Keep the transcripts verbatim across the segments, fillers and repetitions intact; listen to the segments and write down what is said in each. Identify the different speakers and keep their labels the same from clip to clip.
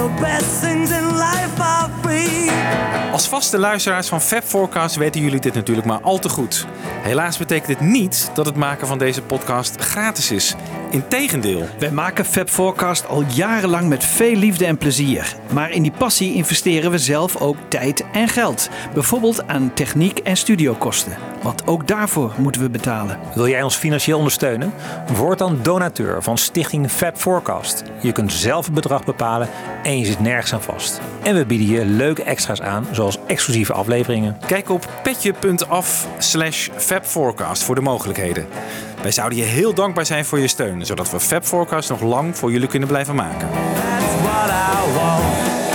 Speaker 1: The best things in life are free.
Speaker 2: Als vaste luisteraars van Fab Forecast weten jullie dit natuurlijk maar al te goed. Helaas betekent dit niet dat het maken van deze podcast gratis is. Integendeel.
Speaker 3: Wij maken Fab Forecast al jarenlang met veel liefde en plezier. Maar in die passie investeren we zelf ook tijd en geld. Bijvoorbeeld aan techniek en studiokosten. Want ook daarvoor moeten we betalen.
Speaker 4: Wil jij ons financieel ondersteunen? Word dan donateur van Stichting Fab Forecast. Je kunt zelf het bedrag bepalen en je zit nergens aan vast. En we bieden je leuke extra's aan, zoals exclusieve afleveringen.
Speaker 2: Kijk op petje.af slash fabforecast voor de mogelijkheden. Wij zouden je heel dankbaar zijn voor je steun, zodat we Fab Forecast nog lang voor jullie kunnen blijven maken.
Speaker 1: That's what I want.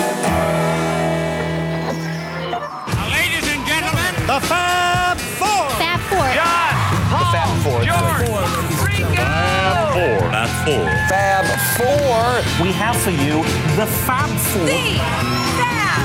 Speaker 5: Ladies and gentlemen,
Speaker 6: The Fab Four.
Speaker 7: Fab Four.
Speaker 5: John, Paul,
Speaker 6: Fab Four.
Speaker 5: George, Rico.
Speaker 6: Four.
Speaker 8: Fab Four.
Speaker 6: Fab Four.
Speaker 8: We have for you the Fab Four.
Speaker 5: The Fab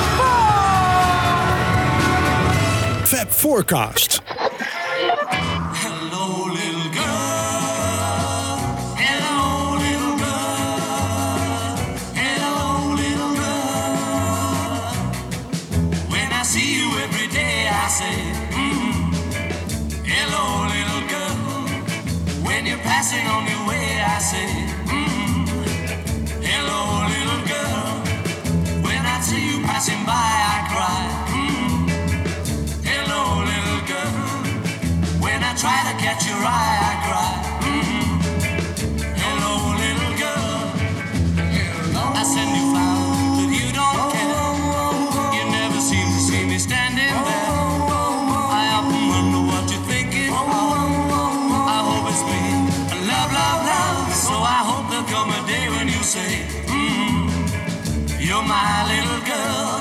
Speaker 5: Four.
Speaker 6: Fab Forecast.
Speaker 1: Hello, little girl. Hello, little girl. Hello, little girl. When I see you every day, I say, mm, hello, little girl. When you're passing on your way, I say, mm, hello, little girl. When I see you passing by, I cry, mm, hello, little girl. When I try to catch your eye, I cry, mm, hello, little girl. I send you flowers, but you don't care. You never seem to see me standing there. I often wonder what you're thinking of. I hope it's me. Love, love, love. So I hope there'll come a day when you say, mm, you're my little girl.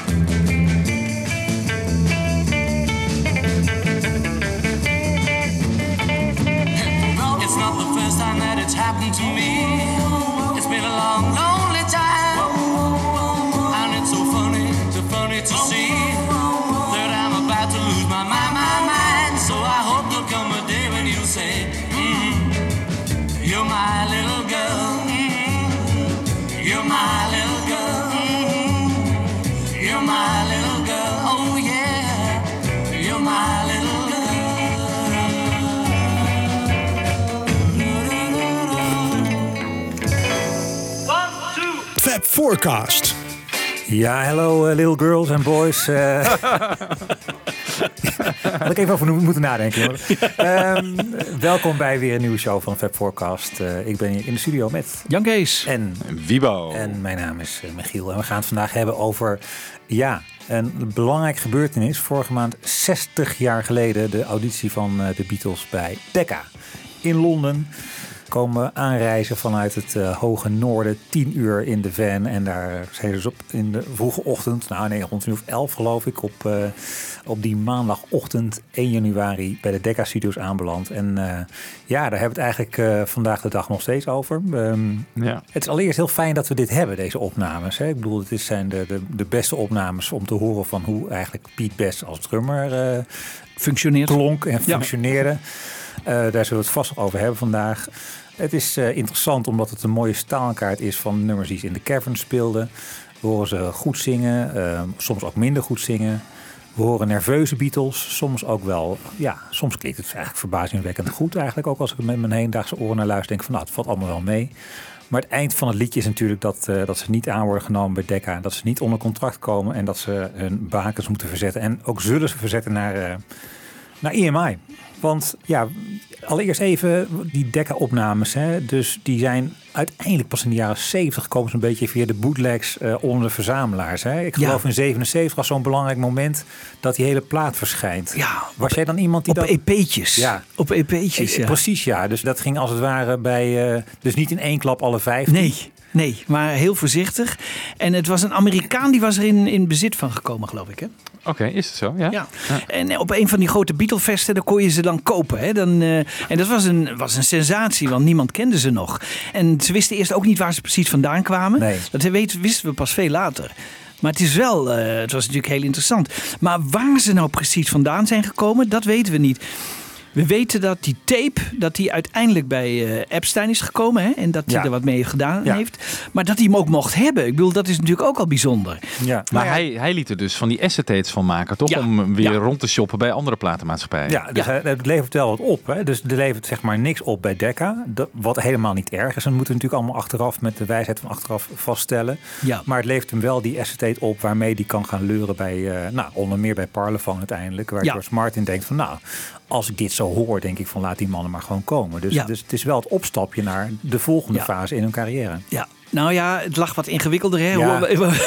Speaker 1: It's not the first time that it's happened to me. It's been a long, lonely time. And it's so funny, so funny to see that I'm about to lose my mind, my mind. So I hope there'll come a day when you say, mm, you're my little girl. Mm, you're my little girl. Mm, you're my little girl. Oh yeah, you're my little girl.
Speaker 6: Fab Forecast.
Speaker 4: Ja, hello uh, little girls and boys. Uh, had ik even over moeten nadenken. um, welkom bij weer een nieuwe show van Fab Forecast. Uh, ik ben hier in de studio met
Speaker 3: Jan Kees.
Speaker 4: En
Speaker 2: Wiebo.
Speaker 4: En mijn naam is uh, Michiel. En we gaan het vandaag hebben over, ja, een belangrijke gebeurtenis. Vorige maand, zestig jaar geleden, de auditie van uh, de Beatles bij Decca in Londen. Komen aanreizen vanuit het uh, hoge noorden, tien uur in de van. En daar zijn ze dus op in de vroege ochtend, nou nee, rond een uur of elf geloof ik, op, uh, op die maandagochtend één januari bij de Decca Studios aanbeland. En uh, ja, daar hebben we het eigenlijk uh, vandaag de dag nog steeds over. Um, ja. Het is allereerst heel fijn dat we dit hebben, deze opnames. Hè? Ik bedoel, het is, zijn de, de, de beste opnames om te horen van hoe eigenlijk Pete Best als drummer uh, functioneert, klonk en functioneerde. Ja. Uh, daar zullen we het vast nog over hebben vandaag. Het is uh, interessant omdat het een mooie staalkaart is van nummers die ze in de Cavern speelden. We horen ze goed zingen, uh, soms ook minder goed zingen. We horen nerveuze Beatles, soms ook wel, ja, soms klinkt het eigenlijk verbazingwekkend goed eigenlijk. Ook als ik met mijn hedendaagse oren naar luister, denk ik van nou, het valt allemaal wel mee. Maar het eind van het liedje is natuurlijk dat, uh, dat ze niet aan worden genomen bij Decca. Dat ze niet onder contract komen en dat ze hun bakens moeten verzetten. En ook zullen ze verzetten naar, uh, naar E M I. Want ja, allereerst even die Decca-opnames. Hè, dus die zijn uiteindelijk pas in de jaren zeventig gekomen, zo'n beetje via de bootlegs uh, onder de verzamelaars. Hè. Ik geloof ja. in zevenenzeventig was zo'n belangrijk moment dat die hele plaat verschijnt.
Speaker 3: Ja,
Speaker 4: was jij dan iemand die
Speaker 3: op
Speaker 4: dat...
Speaker 3: E P'tjes.
Speaker 4: Ja.
Speaker 3: Op E P'tjes,
Speaker 4: e-
Speaker 3: ja.
Speaker 4: Precies, ja. Dus dat ging als het ware bij... Uh, dus niet in één klap alle vijf.
Speaker 3: Nee, nee, maar heel voorzichtig. En het was een Amerikaan die was er in, in bezit van gekomen, geloof ik, hè?
Speaker 2: Oké, okay, is het zo? Ja.
Speaker 3: ja. ja. En op een van die grote Beatle-festen, daar kon je ze dan kopen. Hè? Dan, uh, en dat was een, was een sensatie, want niemand kende ze nog. En ze wisten eerst ook niet waar ze precies vandaan kwamen.
Speaker 4: Nee.
Speaker 3: Dat weten, wisten we pas veel later. Maar het is wel, uh, het was natuurlijk heel interessant. Maar waar ze nou precies vandaan zijn gekomen, dat weten we niet. We weten dat die tape, dat die uiteindelijk bij uh, Epstein is gekomen. Hè? En dat hij
Speaker 4: Ja.
Speaker 3: er wat mee gedaan
Speaker 4: Ja.
Speaker 3: heeft. Maar dat hij hem ook mocht hebben. Ik bedoel, dat is natuurlijk ook al bijzonder.
Speaker 4: Ja.
Speaker 2: Maar hij, hij liet er dus van die acetates van maken, toch?
Speaker 3: Ja.
Speaker 2: Om hem weer
Speaker 3: Ja.
Speaker 2: rond te shoppen bij andere platenmaatschappijen.
Speaker 4: Ja, dus
Speaker 3: Ja.
Speaker 4: hij- het levert wel wat op. Hè? Dus er levert zeg maar niks op bij Decca. Dat, wat helemaal niet erg is. Dat moeten we natuurlijk allemaal achteraf met de wijsheid van achteraf vaststellen.
Speaker 3: Ja.
Speaker 4: Maar het levert hem wel die acetate op waarmee hij kan gaan leuren bij, uh, nou, onder meer bij Parlophone uiteindelijk. Waar
Speaker 3: Ja.
Speaker 4: George Martin denkt van, nou, als ik dit zo hoor, denk ik van laat die mannen maar gewoon komen. Dus,
Speaker 3: Ja.
Speaker 4: dus het is wel het opstapje naar de volgende
Speaker 3: Ja.
Speaker 4: fase in hun carrière.
Speaker 3: Ja. Nou ja, het lag wat ingewikkelder hè?
Speaker 4: Ja.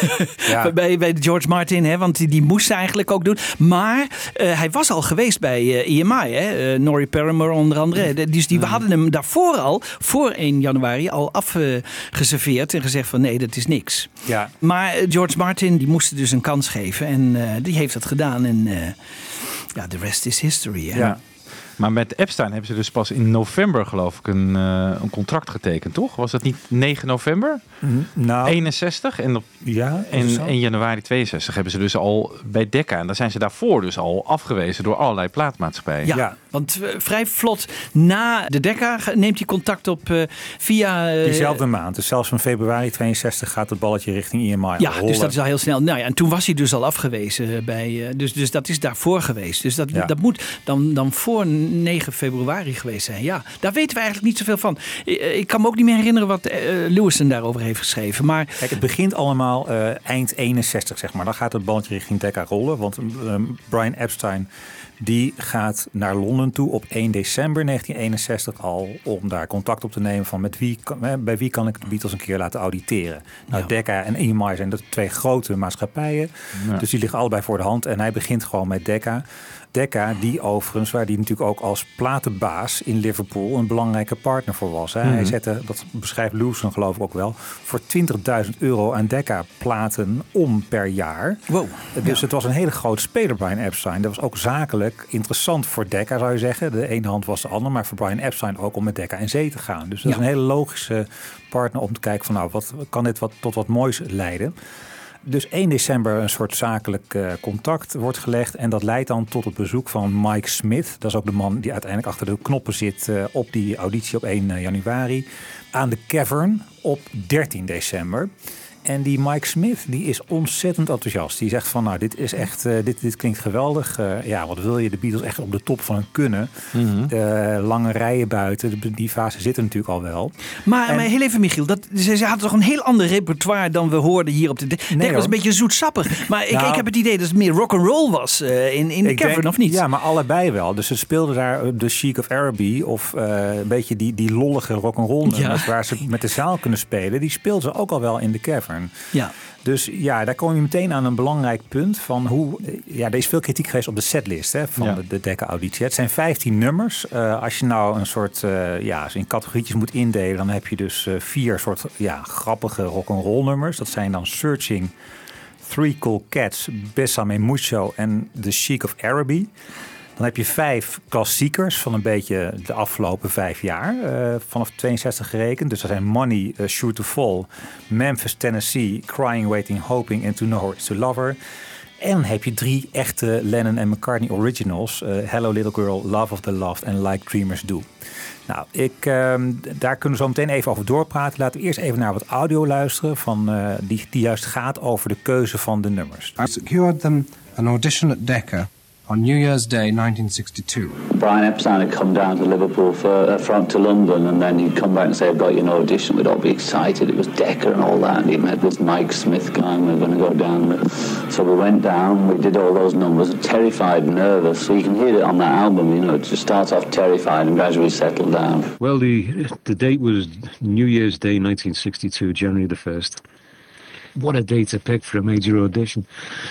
Speaker 4: Ja.
Speaker 3: bij, bij George Martin. Hè? Want die, die moest ze eigenlijk ook doen. Maar uh, hij was al geweest bij uh, E M I. Hè? Uh, Norrie Paramore onder andere. De- Dus die, we hadden hem daarvoor al, voor één januari, al afgeserveerd. En gezegd van nee, dat is niks.
Speaker 4: Ja.
Speaker 3: Maar uh, George Martin, die moest dus een kans geven. En uh, die heeft dat gedaan. En uh, ja, the rest is history. Hè?
Speaker 2: Ja. Maar met Epstein hebben ze dus pas in november, geloof ik, een, uh, een contract getekend, toch? Was dat niet negen november?
Speaker 4: Nou,
Speaker 2: eenenzestig en op
Speaker 4: ja, is het
Speaker 2: en
Speaker 4: zo?
Speaker 2: één januari tweeënzestig hebben ze dus al bij Decca. En daar zijn ze daarvoor dus al afgewezen door allerlei plaatmaatschappijen.
Speaker 3: Ja,
Speaker 4: Ja.
Speaker 3: want uh, vrij vlot na de Decca ge- neemt hij contact op uh, via... uh,
Speaker 4: Diezelfde maand. Dus zelfs van februari tweeënzestig gaat het balletje richting E M I.
Speaker 3: Ja,
Speaker 4: rollen.
Speaker 3: dus dat is al heel snel. Nou ja, en toen was hij dus al afgewezen bij. Uh, dus, dus dat is daarvoor geweest. Dus dat,
Speaker 4: Ja.
Speaker 3: dat moet dan, dan voor negen februari geweest zijn. Ja, daar weten we eigenlijk niet zoveel van. Ik, ik kan me ook niet meer herinneren wat uh, Lewisohn daarover heeft geschreven. Maar
Speaker 4: Kijk, het begint allemaal uh, eind eenenzestig, zeg maar. Dan gaat het balletje richting Decca rollen. Want uh, Brian Epstein die gaat naar Londen toe op één december negentien eenenzestig al. Om daar contact op te nemen van met wie, kan, hè, bij wie kan ik de Beatles een keer laten auditeren. Nou,
Speaker 3: Ja.
Speaker 4: Decca en E M I zijn de twee grote maatschappijen.
Speaker 2: Ja.
Speaker 4: Dus die liggen allebei voor de hand. En hij begint gewoon met Decca. Decca, die overigens, waar die natuurlijk ook als platenbaas in Liverpool een belangrijke partner voor was. Hè.
Speaker 2: Mhm.
Speaker 4: Hij zette, dat beschrijft Lewisohn geloof ik ook wel, voor twintigduizend euro aan Decca platen om per jaar.
Speaker 3: wow.
Speaker 4: Dus
Speaker 3: Ja.
Speaker 4: het was een hele grote speler, Brian Epstein. Dat was ook zakelijk interessant voor Decca, zou je zeggen. De ene hand was de ander, maar voor Brian Epstein ook om met Decca in zee te gaan. Dus dat
Speaker 3: Ja.
Speaker 4: is een hele logische partner om te kijken van, nou, wat kan dit wat, tot wat moois leiden. Dus één december een soort zakelijk uh, contact wordt gelegd. En dat leidt dan tot het bezoek van Mike Smith. Dat is ook de man die uiteindelijk achter de knoppen zit uh, op die auditie op één januari. Aan de Cavern op dertien december. En die Mike Smith die is ontzettend enthousiast. Die zegt van, nou, dit is echt, uh, dit, dit klinkt geweldig. Uh, ja, wat wil je? De Beatles echt op de top van hun kunnen.
Speaker 2: Mhm.
Speaker 4: De lange rijen buiten, de, die fase zit er natuurlijk al wel.
Speaker 3: Maar,
Speaker 4: En-
Speaker 3: maar heel even, Michiel. Dat, ze, ze hadden toch een heel ander repertoire dan we hoorden hier op de Decca.
Speaker 4: Nee,
Speaker 3: Dat was
Speaker 4: hoor.
Speaker 3: een beetje zoetsappig. Maar ik,
Speaker 4: Nou,
Speaker 3: ik heb het idee dat het meer rock'n'roll was uh, in, in de
Speaker 4: Ik
Speaker 3: Cavern,
Speaker 4: denk-
Speaker 3: of niet?
Speaker 4: Ja, maar allebei wel. Dus ze speelden daar de Chic of Araby of uh, een beetje die, die lollige rock'n'roll nummers
Speaker 3: Ja.
Speaker 4: waar ze met de zaal kunnen spelen. Die speelden ze ook al wel in de Cavern.
Speaker 3: Ja.
Speaker 4: Dus ja, daar kom je meteen aan een belangrijk punt van hoe... Ja, er is veel kritiek geweest op de setlist hè, van
Speaker 2: Ja.
Speaker 4: de, de Decca-auditie. Het zijn vijftien nummers. Uh, als je nou een soort, uh, ja, in categorietjes moet indelen, dan heb je dus uh, vier soort ja, grappige rock'n'roll nummers. Dat zijn dan Searching, Three Cool Cats, Bésame Mucho en The Chic of Araby. Dan heb je vijf klassiekers van een beetje de afgelopen vijf jaar. Uh, vanaf tweeënzestig gerekend. Dus dat zijn Money, uh, Sure to Fall, Memphis, Tennessee, Crying, Waiting, Hoping and To Know Her Is To Love Her. En dan heb je drie echte Lennon en McCartney originals. Uh, Hello Little Girl, Love of the Loved en Like Dreamers Do. Nou, ik, uh, daar kunnen we zo meteen even over doorpraten. Laten we eerst even naar wat audio luisteren. Van, uh, die, die juist gaat over de keuze van de nummers.
Speaker 7: I secured them an audition at Decca on New Year's Day nineteen sixty-two.
Speaker 9: Brian Epstein had come down to Liverpool for, uh, from to London, and then he'd come back and say, I've got you an audition. We'd all be excited. It was Decca and all that, and he'd met this Mike Smith guy, and we were going to go down. So we went down, we did all those numbers, terrified, nervous. So you can hear it on that album, you know, it just starts off terrified and gradually settled down.
Speaker 10: Well, the the date was New Year's Day nineteen sixty-two, January the first. What a day to pick for a major audition.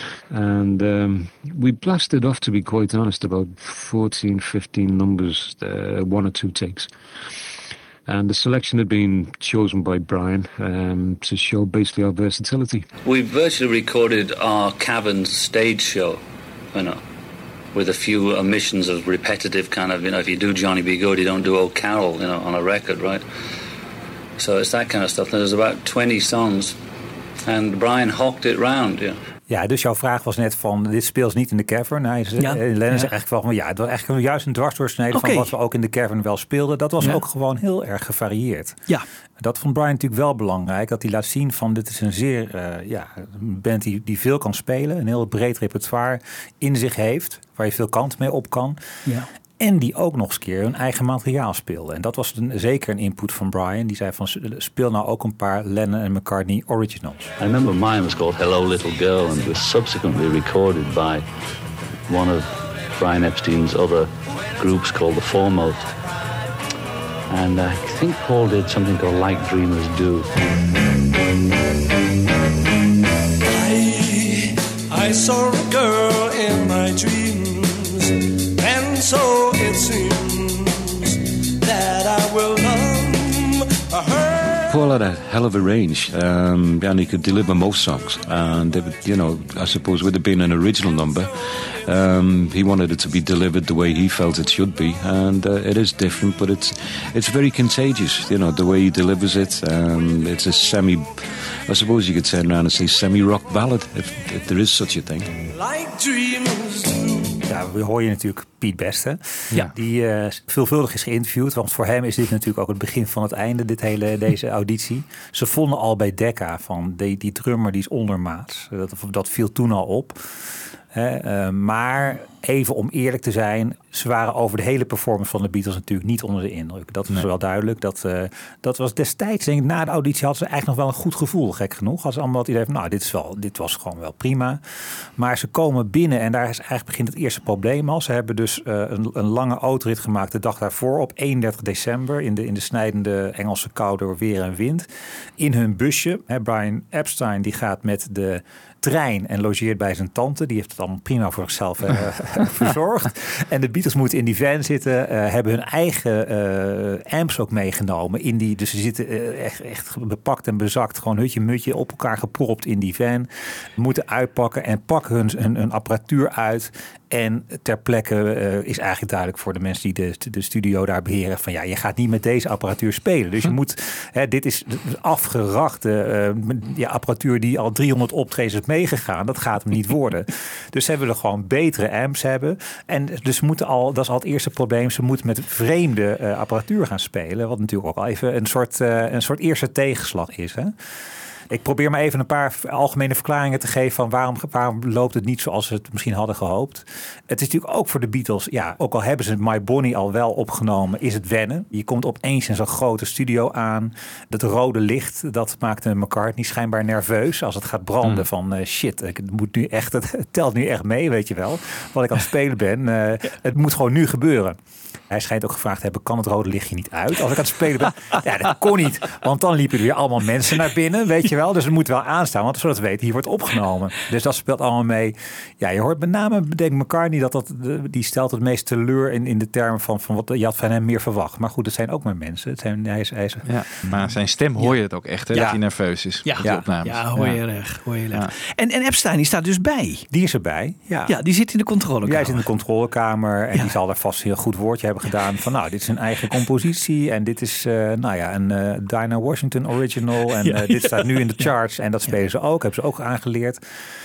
Speaker 10: And um, we blasted off, to be quite honest, about fourteen, fifteen numbers, uh, one or two takes. And the selection had been chosen by Brian um, to show basically our versatility.
Speaker 9: We virtually recorded our Cavern stage show, you know, with a few omissions of repetitive kind of, you know, if you do Johnny B. Good, you don't do Old Carol, you know, on a record, right? So it's that kind of stuff. There's about twenty songs, and Brian hawked it round, yeah.
Speaker 4: Ja, dus jouw vraag was net van, dit speelt niet in de Cavern. Hij is,
Speaker 3: Ja.
Speaker 4: eh, Lennon
Speaker 3: Ja.
Speaker 4: zegt eigenlijk wel van, ja, het was eigenlijk juist een dwarsdoorsnede
Speaker 3: Oké.
Speaker 4: van wat we ook in de Cavern wel speelden. Dat was
Speaker 3: Ja.
Speaker 4: ook gewoon heel erg gevarieerd.
Speaker 3: Ja.
Speaker 4: Dat vond Brian natuurlijk wel belangrijk. Dat hij laat zien van, dit is een zeer, uh, ja, een band die, die veel kan spelen. Een heel breed repertoire in zich heeft. Waar je veel kant mee op kan.
Speaker 3: Ja.
Speaker 4: En die ook nog eens keer hun eigen materiaal speelden. En dat was een, zeker een input van Brian. Die zei van, speel nou ook een paar Lennon en McCartney originals.
Speaker 9: I remember mine was called Hello Little Girl and it was subsequently recorded by one of Brian Epstein's other groups called the Foremost. And I think Paul did something called Like Dreamers Do.
Speaker 1: I, I saw a girl in my dreams, and so it seems that I will love her.
Speaker 10: Paul had a hell of a range, um, and he could deliver most songs. And they would, you know, I suppose with it being an original number, um, he wanted it to be delivered the way he felt it should be, and uh, it is different, but it's it's very contagious. You know, the way he delivers it. Um, it's a semi, I suppose you could turn around and say semi-rock ballad, if, if there is such a thing.
Speaker 1: Like dreamers do.
Speaker 4: Ja, we horen je natuurlijk Piet Beste.
Speaker 3: Ja.
Speaker 4: Die uh, veelvuldig is geïnterviewd. Want voor hem is dit natuurlijk ook het begin van het einde, dit hele, deze auditie. Ze vonden al bij Decca van die, die drummer die is ondermaats. Dat, dat viel toen al op. Hè, uh, maar even om eerlijk te zijn, ze waren over de hele performance van de Beatles natuurlijk niet onder de indruk. Dat is
Speaker 2: Nee.
Speaker 4: wel duidelijk. Dat, uh, dat was destijds, denk ik, na de auditie hadden ze eigenlijk nog wel een goed gevoel, gek genoeg. Hadden ze allemaal het idee van, nou, dit, is wel, dit was gewoon wel prima. Maar ze komen binnen en daar is eigenlijk begint het eerste probleem al. Ze hebben dus uh, een, een lange autorit gemaakt de dag daarvoor op eenendertig december in de, in de snijdende Engelse kou door weer en wind. In hun busje. Hè, Brian Epstein die gaat met de trein en logeert bij zijn tante. Die heeft het allemaal prima voor zichzelf uh, verzorgd. En de Beatles moeten in die van zitten. Uh, hebben hun eigen uh, amps ook meegenomen. In die, dus ze zitten uh, echt, echt bepakt en bezakt. Gewoon hutje mutje op elkaar gepropt in die van. Moeten uitpakken en pakken hun, hun, hun apparatuur uit. En ter plekke uh, is eigenlijk duidelijk voor de mensen die de, de studio daar beheren van ja, je gaat niet met deze apparatuur spelen. Dus je moet, hè, dit is afgerachte uh, ja, apparatuur die al driehonderd optredens is meegegaan. Dat gaat hem niet worden. Dus ze willen gewoon betere amps hebben. En dus moeten al, dat is al het eerste probleem, ze moeten met vreemde uh, apparatuur gaan spelen. Wat natuurlijk ook al even een soort, uh, een soort eerste tegenslag is, hè. Ik probeer maar even een paar algemene verklaringen te geven van waarom, waarom loopt het niet zoals ze het misschien hadden gehoopt. Het is natuurlijk ook voor de Beatles, ja, ook al hebben ze My Bonnie al wel opgenomen, is het wennen. Je komt opeens in zo'n grote studio aan. Dat rode licht, dat maakt McCartney schijnbaar nerveus als het gaat branden mm. van uh, shit, het moet nu echt, het telt nu echt mee, weet je wel. Wat ik aan het spelen ben. Uh, het moet gewoon nu gebeuren. Hij schijnt ook gevraagd te hebben, kan het rode lichtje niet uit als ik aan het spelen ben? Ja, dat kon niet, want dan liepen er weer allemaal mensen naar binnen, weet je wel. Dus het moet wel aanstaan, want zodat we weten, hier wordt opgenomen. Dus dat speelt allemaal mee. Ja, je hoort met name, denk McCartney, dat dat, die stelt het meest teleur in, in de termen van, van wat je had van hem meer verwacht. Maar goed, het zijn ook maar mensen. Het zijn, hij is, hij is,
Speaker 2: ja, maar zijn stem hoor je het ook echt, hè,
Speaker 3: ja.
Speaker 2: dat hij nerveus is.
Speaker 3: Ja,
Speaker 2: ja. opnames.
Speaker 3: ja hoor je erg. Hoor je ja. En, en Epstein, die staat dus bij.
Speaker 4: Die is erbij, ja.
Speaker 3: Ja, die zit in de controlekamer.
Speaker 4: Jij zit in de controlekamer en
Speaker 3: ja.
Speaker 4: die zal daar vast een heel goed woordje hebben gedaan van nou, dit is een eigen compositie en dit is uh, nou ja, een uh, Dinah Washington original en uh, ja, dit ja. staat nu in de charts en dat spelen ja. ze ook, hebben ze ook aangeleerd.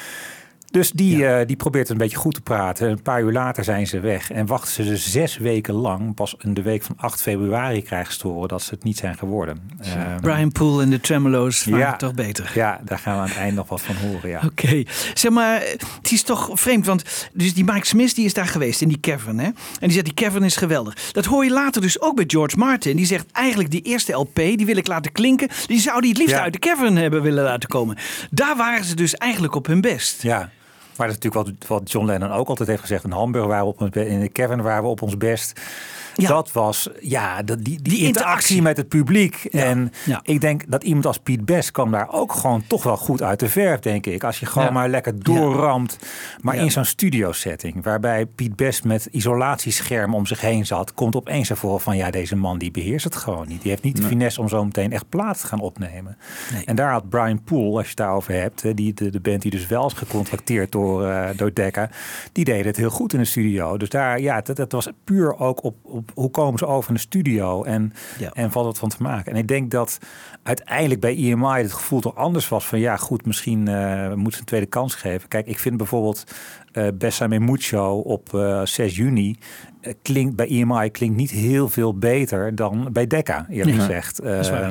Speaker 4: Dus die, ja. uh, die probeert het een beetje goed te praten. Een paar uur later zijn ze weg. En wachten ze dus zes weken lang. Pas in de week van acht februari krijgen ze te horen dat ze het niet zijn geworden.
Speaker 3: Uh, Brian Poole en de Tremolo's waren ja, toch beter.
Speaker 4: Ja, daar gaan we aan het eind nog wat van horen. Ja.
Speaker 3: Oké. Okay. Zeg maar, het is toch vreemd. Want dus die Mike Smith die is daar geweest in die cavern. Hè? En die zegt, die cavern is geweldig. Dat hoor je later dus ook bij George Martin. Die zegt, eigenlijk die eerste L P, die wil ik laten klinken. Die zou die het liefst ja. uit de cavern hebben willen laten komen. Daar waren ze dus eigenlijk op hun best.
Speaker 4: Ja. Maar dat is natuurlijk wat, wat John Lennon ook altijd heeft gezegd. In Hamburg waren we op ons best, in de cavern waren we op ons best. Ja. Dat was ja, die, die, die interactie met het publiek. Ja. En ja. ik denk dat iemand als Piet Best kwam daar ook gewoon toch wel goed uit de verf, denk ik. Als je gewoon ja. maar lekker doorramt. Maar ja. in zo'n studio setting, waarbij Piet Best met isolatiescherm om zich heen zat, komt opeens ervoor van ja, deze man die beheerst het gewoon niet. Die heeft niet de nee. finesse om zo meteen echt plaats te gaan opnemen. Nee. En daar had Brian Poole, als je het daarover hebt, die, de, de band die dus wel is gecontracteerd door door, uh, door Decca. Die deden het heel goed in de studio. Dus daar, ja, dat, dat was puur ook op, op hoe komen ze over in de studio en, ja. en valt het van te maken. En ik denk dat uiteindelijk bij E M I het gevoel toch anders was van ja, goed, misschien uh, moeten ze een tweede kans geven. Kijk, ik vind bijvoorbeeld uh, Bésame Mucho op uh, zes juni uh, klinkt bij E M I klinkt niet heel veel beter dan bij Decca, eerlijk ja. gezegd. Uh,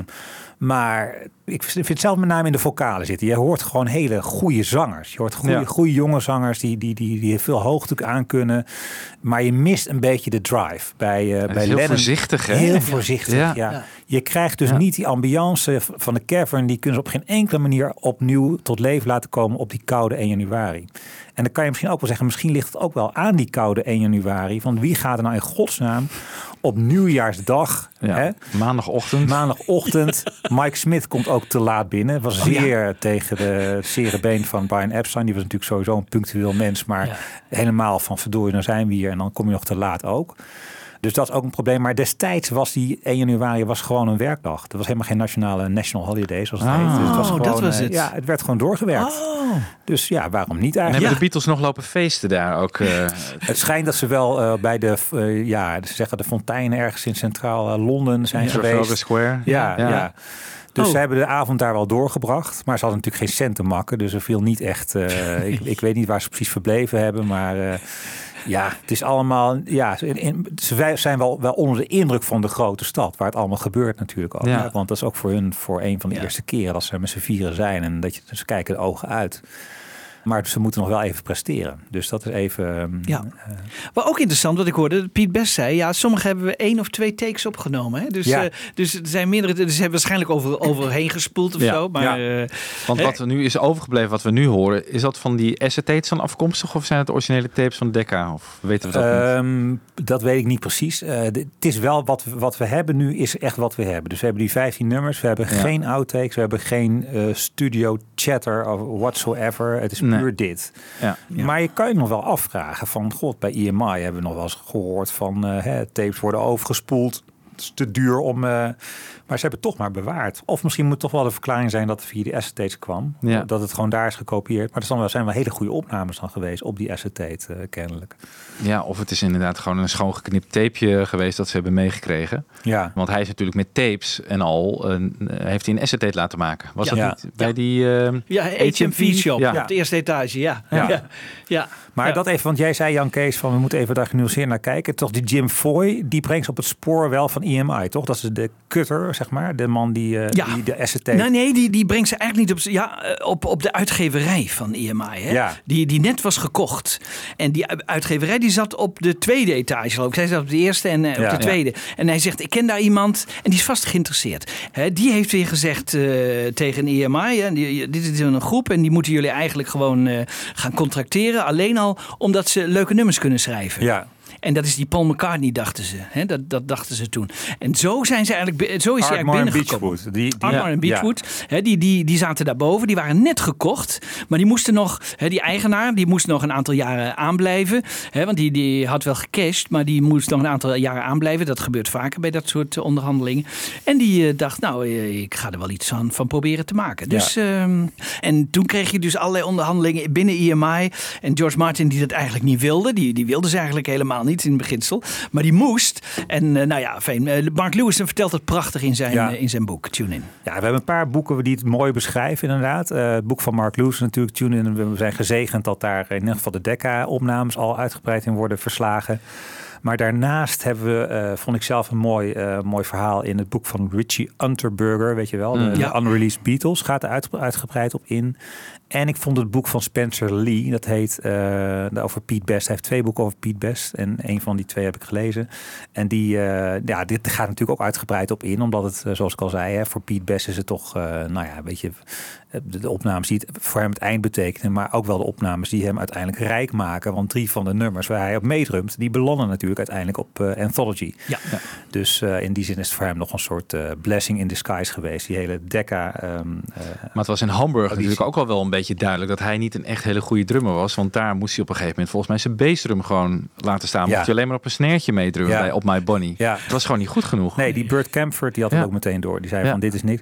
Speaker 4: maar ik vind het zelf met name in de vocalen zitten. Je hoort gewoon hele goede zangers. Je hoort goede, ja. goede jonge zangers die, die, die, die veel hoogte aan kunnen. Maar je mist een beetje de drive. Bij, uh, bij
Speaker 2: heel
Speaker 4: Lennon.
Speaker 2: voorzichtig, hè?
Speaker 4: Heel voorzichtig, ja. ja.
Speaker 2: ja.
Speaker 4: Je krijgt dus
Speaker 2: ja.
Speaker 4: niet die ambiance van de cavern. Die kunnen ze op geen enkele manier opnieuw tot leven laten komen op die koude één januari. En dan kan je misschien ook wel zeggen, misschien ligt het ook wel aan die koude één januari. Want wie gaat er nou in godsnaam op nieuwjaarsdag,
Speaker 2: ja,
Speaker 4: hè?
Speaker 2: maandagochtend.
Speaker 4: Maandagochtend. Mike Smith komt ook te laat binnen. Was zeer oh, ja. tegen de zere been van Brian Epstein. Die was natuurlijk sowieso een punctueel mens. Maar ja. helemaal van verdorie, dan zijn we hier. En dan kom je nog te laat ook. Dus dat is ook een probleem. Maar destijds was die één januari was gewoon een werkdag. Er was helemaal geen nationale national holiday, zoals het
Speaker 3: ah,
Speaker 4: heet. Dus het was
Speaker 3: oh,
Speaker 4: gewoon,
Speaker 3: dat was het.
Speaker 4: Ja, het werd gewoon doorgewerkt.
Speaker 3: Oh.
Speaker 4: Dus ja, waarom niet eigenlijk?
Speaker 2: En hebben
Speaker 4: ja.
Speaker 2: de Beatles nog lopen feesten daar ook? Uh...
Speaker 4: Het schijnt dat ze wel uh, bij de, uh, ja, ze zeggen de fonteinen ergens in centraal uh, Londen zijn
Speaker 2: ja,
Speaker 4: geweest.
Speaker 2: Trafalgar Square.
Speaker 4: Ja, ja. ja. Dus
Speaker 3: oh.
Speaker 4: ze hebben de avond daar wel doorgebracht. Maar ze hadden natuurlijk geen cent te makken. Dus er viel niet echt... Uh, ik, ik weet niet waar ze precies verbleven hebben. Maar uh, ja, het is allemaal... Ja, in, in, ze zijn wel, wel onder de indruk van de grote stad. Waar het allemaal gebeurt natuurlijk ook. Ja. Want dat is ook voor hun voor een van de ja. eerste keren... dat ze met z'n vieren zijn. En dat je, ze kijken de ogen uit. Maar ze moeten nog wel even presteren. Dus dat is even...
Speaker 3: Ja. Uh, maar ook interessant wat ik hoorde. Piet Best zei... Ja, sommigen hebben we één of twee takes opgenomen. Hè? Dus, ja. uh, dus er zijn meerdere... Dus ze hebben waarschijnlijk over, overheen gespoeld of ja. zo. Maar, ja. uh,
Speaker 2: Want hè? Wat er nu is overgebleven, wat we nu horen... Is dat van die acetates dan afkomstig? Of zijn het originele tapes van Decca? Of weten we dat um, niet?
Speaker 4: Dat weet ik niet precies. Uh, de, het is wel wat we, wat we hebben nu... is echt wat we hebben. Dus we hebben die vijftien nummers. We hebben ja. geen outtakes. We hebben geen uh, studio chatter of whatsoever. Het is
Speaker 2: Nee.
Speaker 4: puur dit.
Speaker 2: Ja.
Speaker 4: Ja. Maar je kan je nog wel afvragen van... God, bij E M I hebben we nog wel eens gehoord van... Uh, hè, tapes worden overgespoeld. Het is te duur om... Uh, maar ze hebben het toch maar bewaard. Of misschien moet toch wel de verklaring zijn dat het via die acetates kwam. Ja. Dat het gewoon daar is gekopieerd. Maar er zijn wel, zijn wel hele goede opnames dan geweest op die acetate uh, kennelijk.
Speaker 2: Ja, of het is inderdaad gewoon een schoongeknipt tapeje geweest dat ze hebben meegekregen.
Speaker 4: Ja.
Speaker 2: Want hij is natuurlijk met tapes en al een, uh, heeft hij een acetate laten maken. Was
Speaker 4: ja.
Speaker 2: dat
Speaker 4: ja.
Speaker 2: niet bij ja. die uh,
Speaker 3: ja, H M V shop
Speaker 2: ja.
Speaker 3: op de eerste etage, ja.
Speaker 4: Ja.
Speaker 3: ja. ja.
Speaker 4: Maar
Speaker 3: ja.
Speaker 4: dat even, want jij zei Jan Kees van we moeten even daar genuanceerd naar kijken. Toch die Jim Foy, die brengt op het spoor wel van E M I, toch? Dat is de cutter, zeg maar, de man die, uh,
Speaker 3: ja.
Speaker 4: die de acetate...
Speaker 3: Nee, nee, die, die brengt ze eigenlijk niet op, ja, op, op de uitgeverij van E M I. Hè?
Speaker 4: Ja.
Speaker 3: Die, die net was gekocht. En die uitgeverij die zat op de tweede etage, geloof ik. Zij zat op de eerste en uh, ja. op de tweede. Ja. En hij zegt, ik ken daar iemand en die is vast geïnteresseerd. Hè, die heeft weer gezegd uh, tegen E M I, hè, die, dit is een groep en die moeten jullie eigenlijk gewoon uh, gaan contracteren. Alleen al omdat ze leuke nummers kunnen schrijven.
Speaker 4: Ja.
Speaker 3: En dat is die Paul McCartney, dachten ze. Hè? Dat, dat dachten ze toen. En zo zijn ze eigenlijk, zo is hij eigenlijk binnengekomen.
Speaker 4: Die, die,
Speaker 3: Ardmore
Speaker 4: ja,
Speaker 3: en Beechwood,
Speaker 4: ja.
Speaker 3: hè, die, die, die zaten daarboven. Die waren net gekocht. Maar die moesten nog, hè, die eigenaar, die moest nog een aantal jaren aanblijven. Hè, want die, die had wel gecashed, maar die moest nog een aantal jaren aanblijven. Dat gebeurt vaker bij dat soort uh, onderhandelingen. En die uh, dacht, nou, uh, ik ga er wel iets aan, van proberen te maken. Dus, ja. um, en toen kreeg je dus allerlei onderhandelingen binnen E M I. En George Martin, die dat eigenlijk niet wilde. Die, die wilde ze eigenlijk helemaal niet in het beginsel. Maar die moest. En uh, nou ja, fijn. Uh, Mark Lewison vertelt het prachtig in zijn, ja. uh, in zijn boek, Tune In.
Speaker 4: Ja, we hebben een paar boeken die het mooi beschrijven inderdaad. Uh, het boek van Mark Lewison natuurlijk, Tune In. We zijn gezegend dat daar in ieder geval de Decca-opnames al uitgebreid in worden verslagen. Maar daarnaast hebben we, uh, vond ik zelf een mooi, uh, mooi verhaal in het boek van Richie Unterberger, weet je wel. De, mm. ja. de Unreleased Beatles gaat er uit, uitgebreid op in. En ik vond het boek van Spencer Lee, dat heet uh, over Pete Best. Hij heeft twee boeken over Pete Best en een van die twee heb ik gelezen. En die, uh, ja, dit gaat natuurlijk ook uitgebreid op in, omdat het, uh, zoals ik al zei, hè, voor Pete Best is het toch, uh, nou ja, weet je, de, de opnames die het voor hem het eind betekenen, maar ook wel de opnames die hem uiteindelijk rijk maken. Want drie van de nummers waar hij op meedrumt, die belanden natuurlijk uiteindelijk op uh, Anthology. Ja. Ja. Dus uh, in die zin is het voor hem nog een soort uh, blessing in disguise geweest, die hele Decca. Um, uh,
Speaker 2: maar het was in Hamburg natuurlijk ook al wel een beetje duidelijk dat hij niet een echt hele goede drummer was. Want daar moest hij op een gegeven moment volgens mij zijn bassdrum gewoon laten staan. Ja. Mocht hij alleen maar op een sneertje meedrummen ja. bij Op My Bonnie. Ja. Het was gewoon niet goed genoeg.
Speaker 4: Nee, die Burt Camford die had het ja. ook meteen door. Die zei ja. van dit is niks.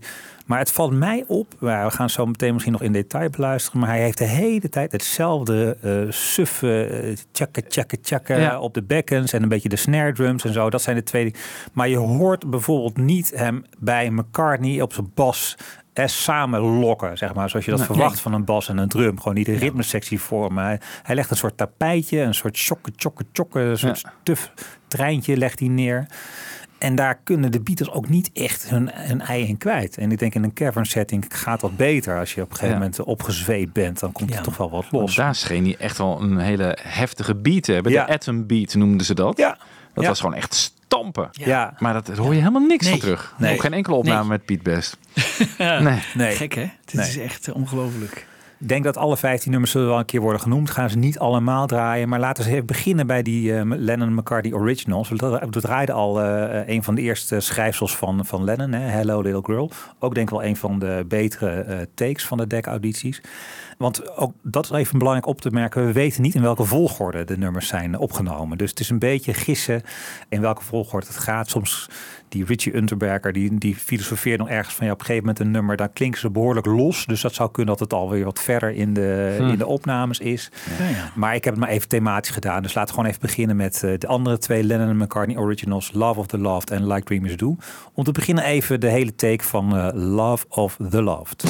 Speaker 4: Maar het valt mij op, nou, we gaan zo meteen misschien nog in detail beluisteren, maar hij heeft de hele tijd hetzelfde uh, suffe uh, tjakke, tjakke, tjakke
Speaker 2: Ja.
Speaker 4: op de bekkens en een beetje de snare drums en zo. Dat zijn de twee. Maar je hoort bijvoorbeeld niet hem bij McCartney op zijn bas eh, samen lokken, zeg maar. Zoals je dat
Speaker 2: Nee.
Speaker 4: verwacht
Speaker 2: Nee.
Speaker 4: van een bas en een drum. Gewoon niet een ritmesectie vormen. Hij, hij legt een soort tapijtje, een soort tjokke, tjokke, tjokke, een soort
Speaker 2: Ja.
Speaker 4: stuf treintje legt hij neer. En daar kunnen de Beatles ook niet echt hun, hun ei in kwijt. En ik denk in een cavern setting gaat dat beter. Als je op een gegeven
Speaker 2: Ja.
Speaker 4: moment opgezweept bent, dan komt
Speaker 3: Ja.
Speaker 4: er toch wel wat
Speaker 2: Want
Speaker 4: los.
Speaker 2: daar scheen hij echt wel een hele heftige beat te hebben.
Speaker 4: Ja.
Speaker 2: De Atom Beat noemden ze dat.
Speaker 4: Ja.
Speaker 2: Dat
Speaker 4: Ja.
Speaker 2: was gewoon echt stampen.
Speaker 4: Ja.
Speaker 2: Maar dat, daar hoor je helemaal niks
Speaker 3: Nee.
Speaker 2: van terug.
Speaker 4: Nee.
Speaker 2: Ook geen enkele opname
Speaker 3: Nee.
Speaker 2: met Piet Best. Nee.
Speaker 4: Nee.
Speaker 3: Gek, hè? Dit
Speaker 4: Nee.
Speaker 3: is echt uh, ongelooflijk.
Speaker 4: Ik denk dat alle vijftien nummers zullen wel een keer worden genoemd. Gaan ze niet allemaal draaien. Maar laten we even beginnen bij die uh, Lennon-McCartney Originals. We draaiden al uh, een van de eerste schrijfsels van, van Lennon. Hè? Hello Little Girl. Ook denk ik wel een van de betere uh, takes van de Decca-audities. Want ook dat is even belangrijk op te merken. We weten niet in welke volgorde de nummers zijn opgenomen. Dus het is een beetje gissen in welke volgorde het gaat. Soms die Richie Unterberger, die, die filosofeert nog ergens van ja, op een gegeven moment een nummer, dan klinken ze behoorlijk los. Dus dat zou kunnen dat het alweer wat verder in de,
Speaker 2: Hmm.
Speaker 4: in de opnames is.
Speaker 3: Ja, ja.
Speaker 4: Maar ik heb het maar even thematisch gedaan. Dus laten we gewoon even beginnen met uh, de andere twee Lennon en McCartney originals, Love of the Loved en Like Dreamers Do. Om te beginnen even de hele take van uh, Love of the Loved.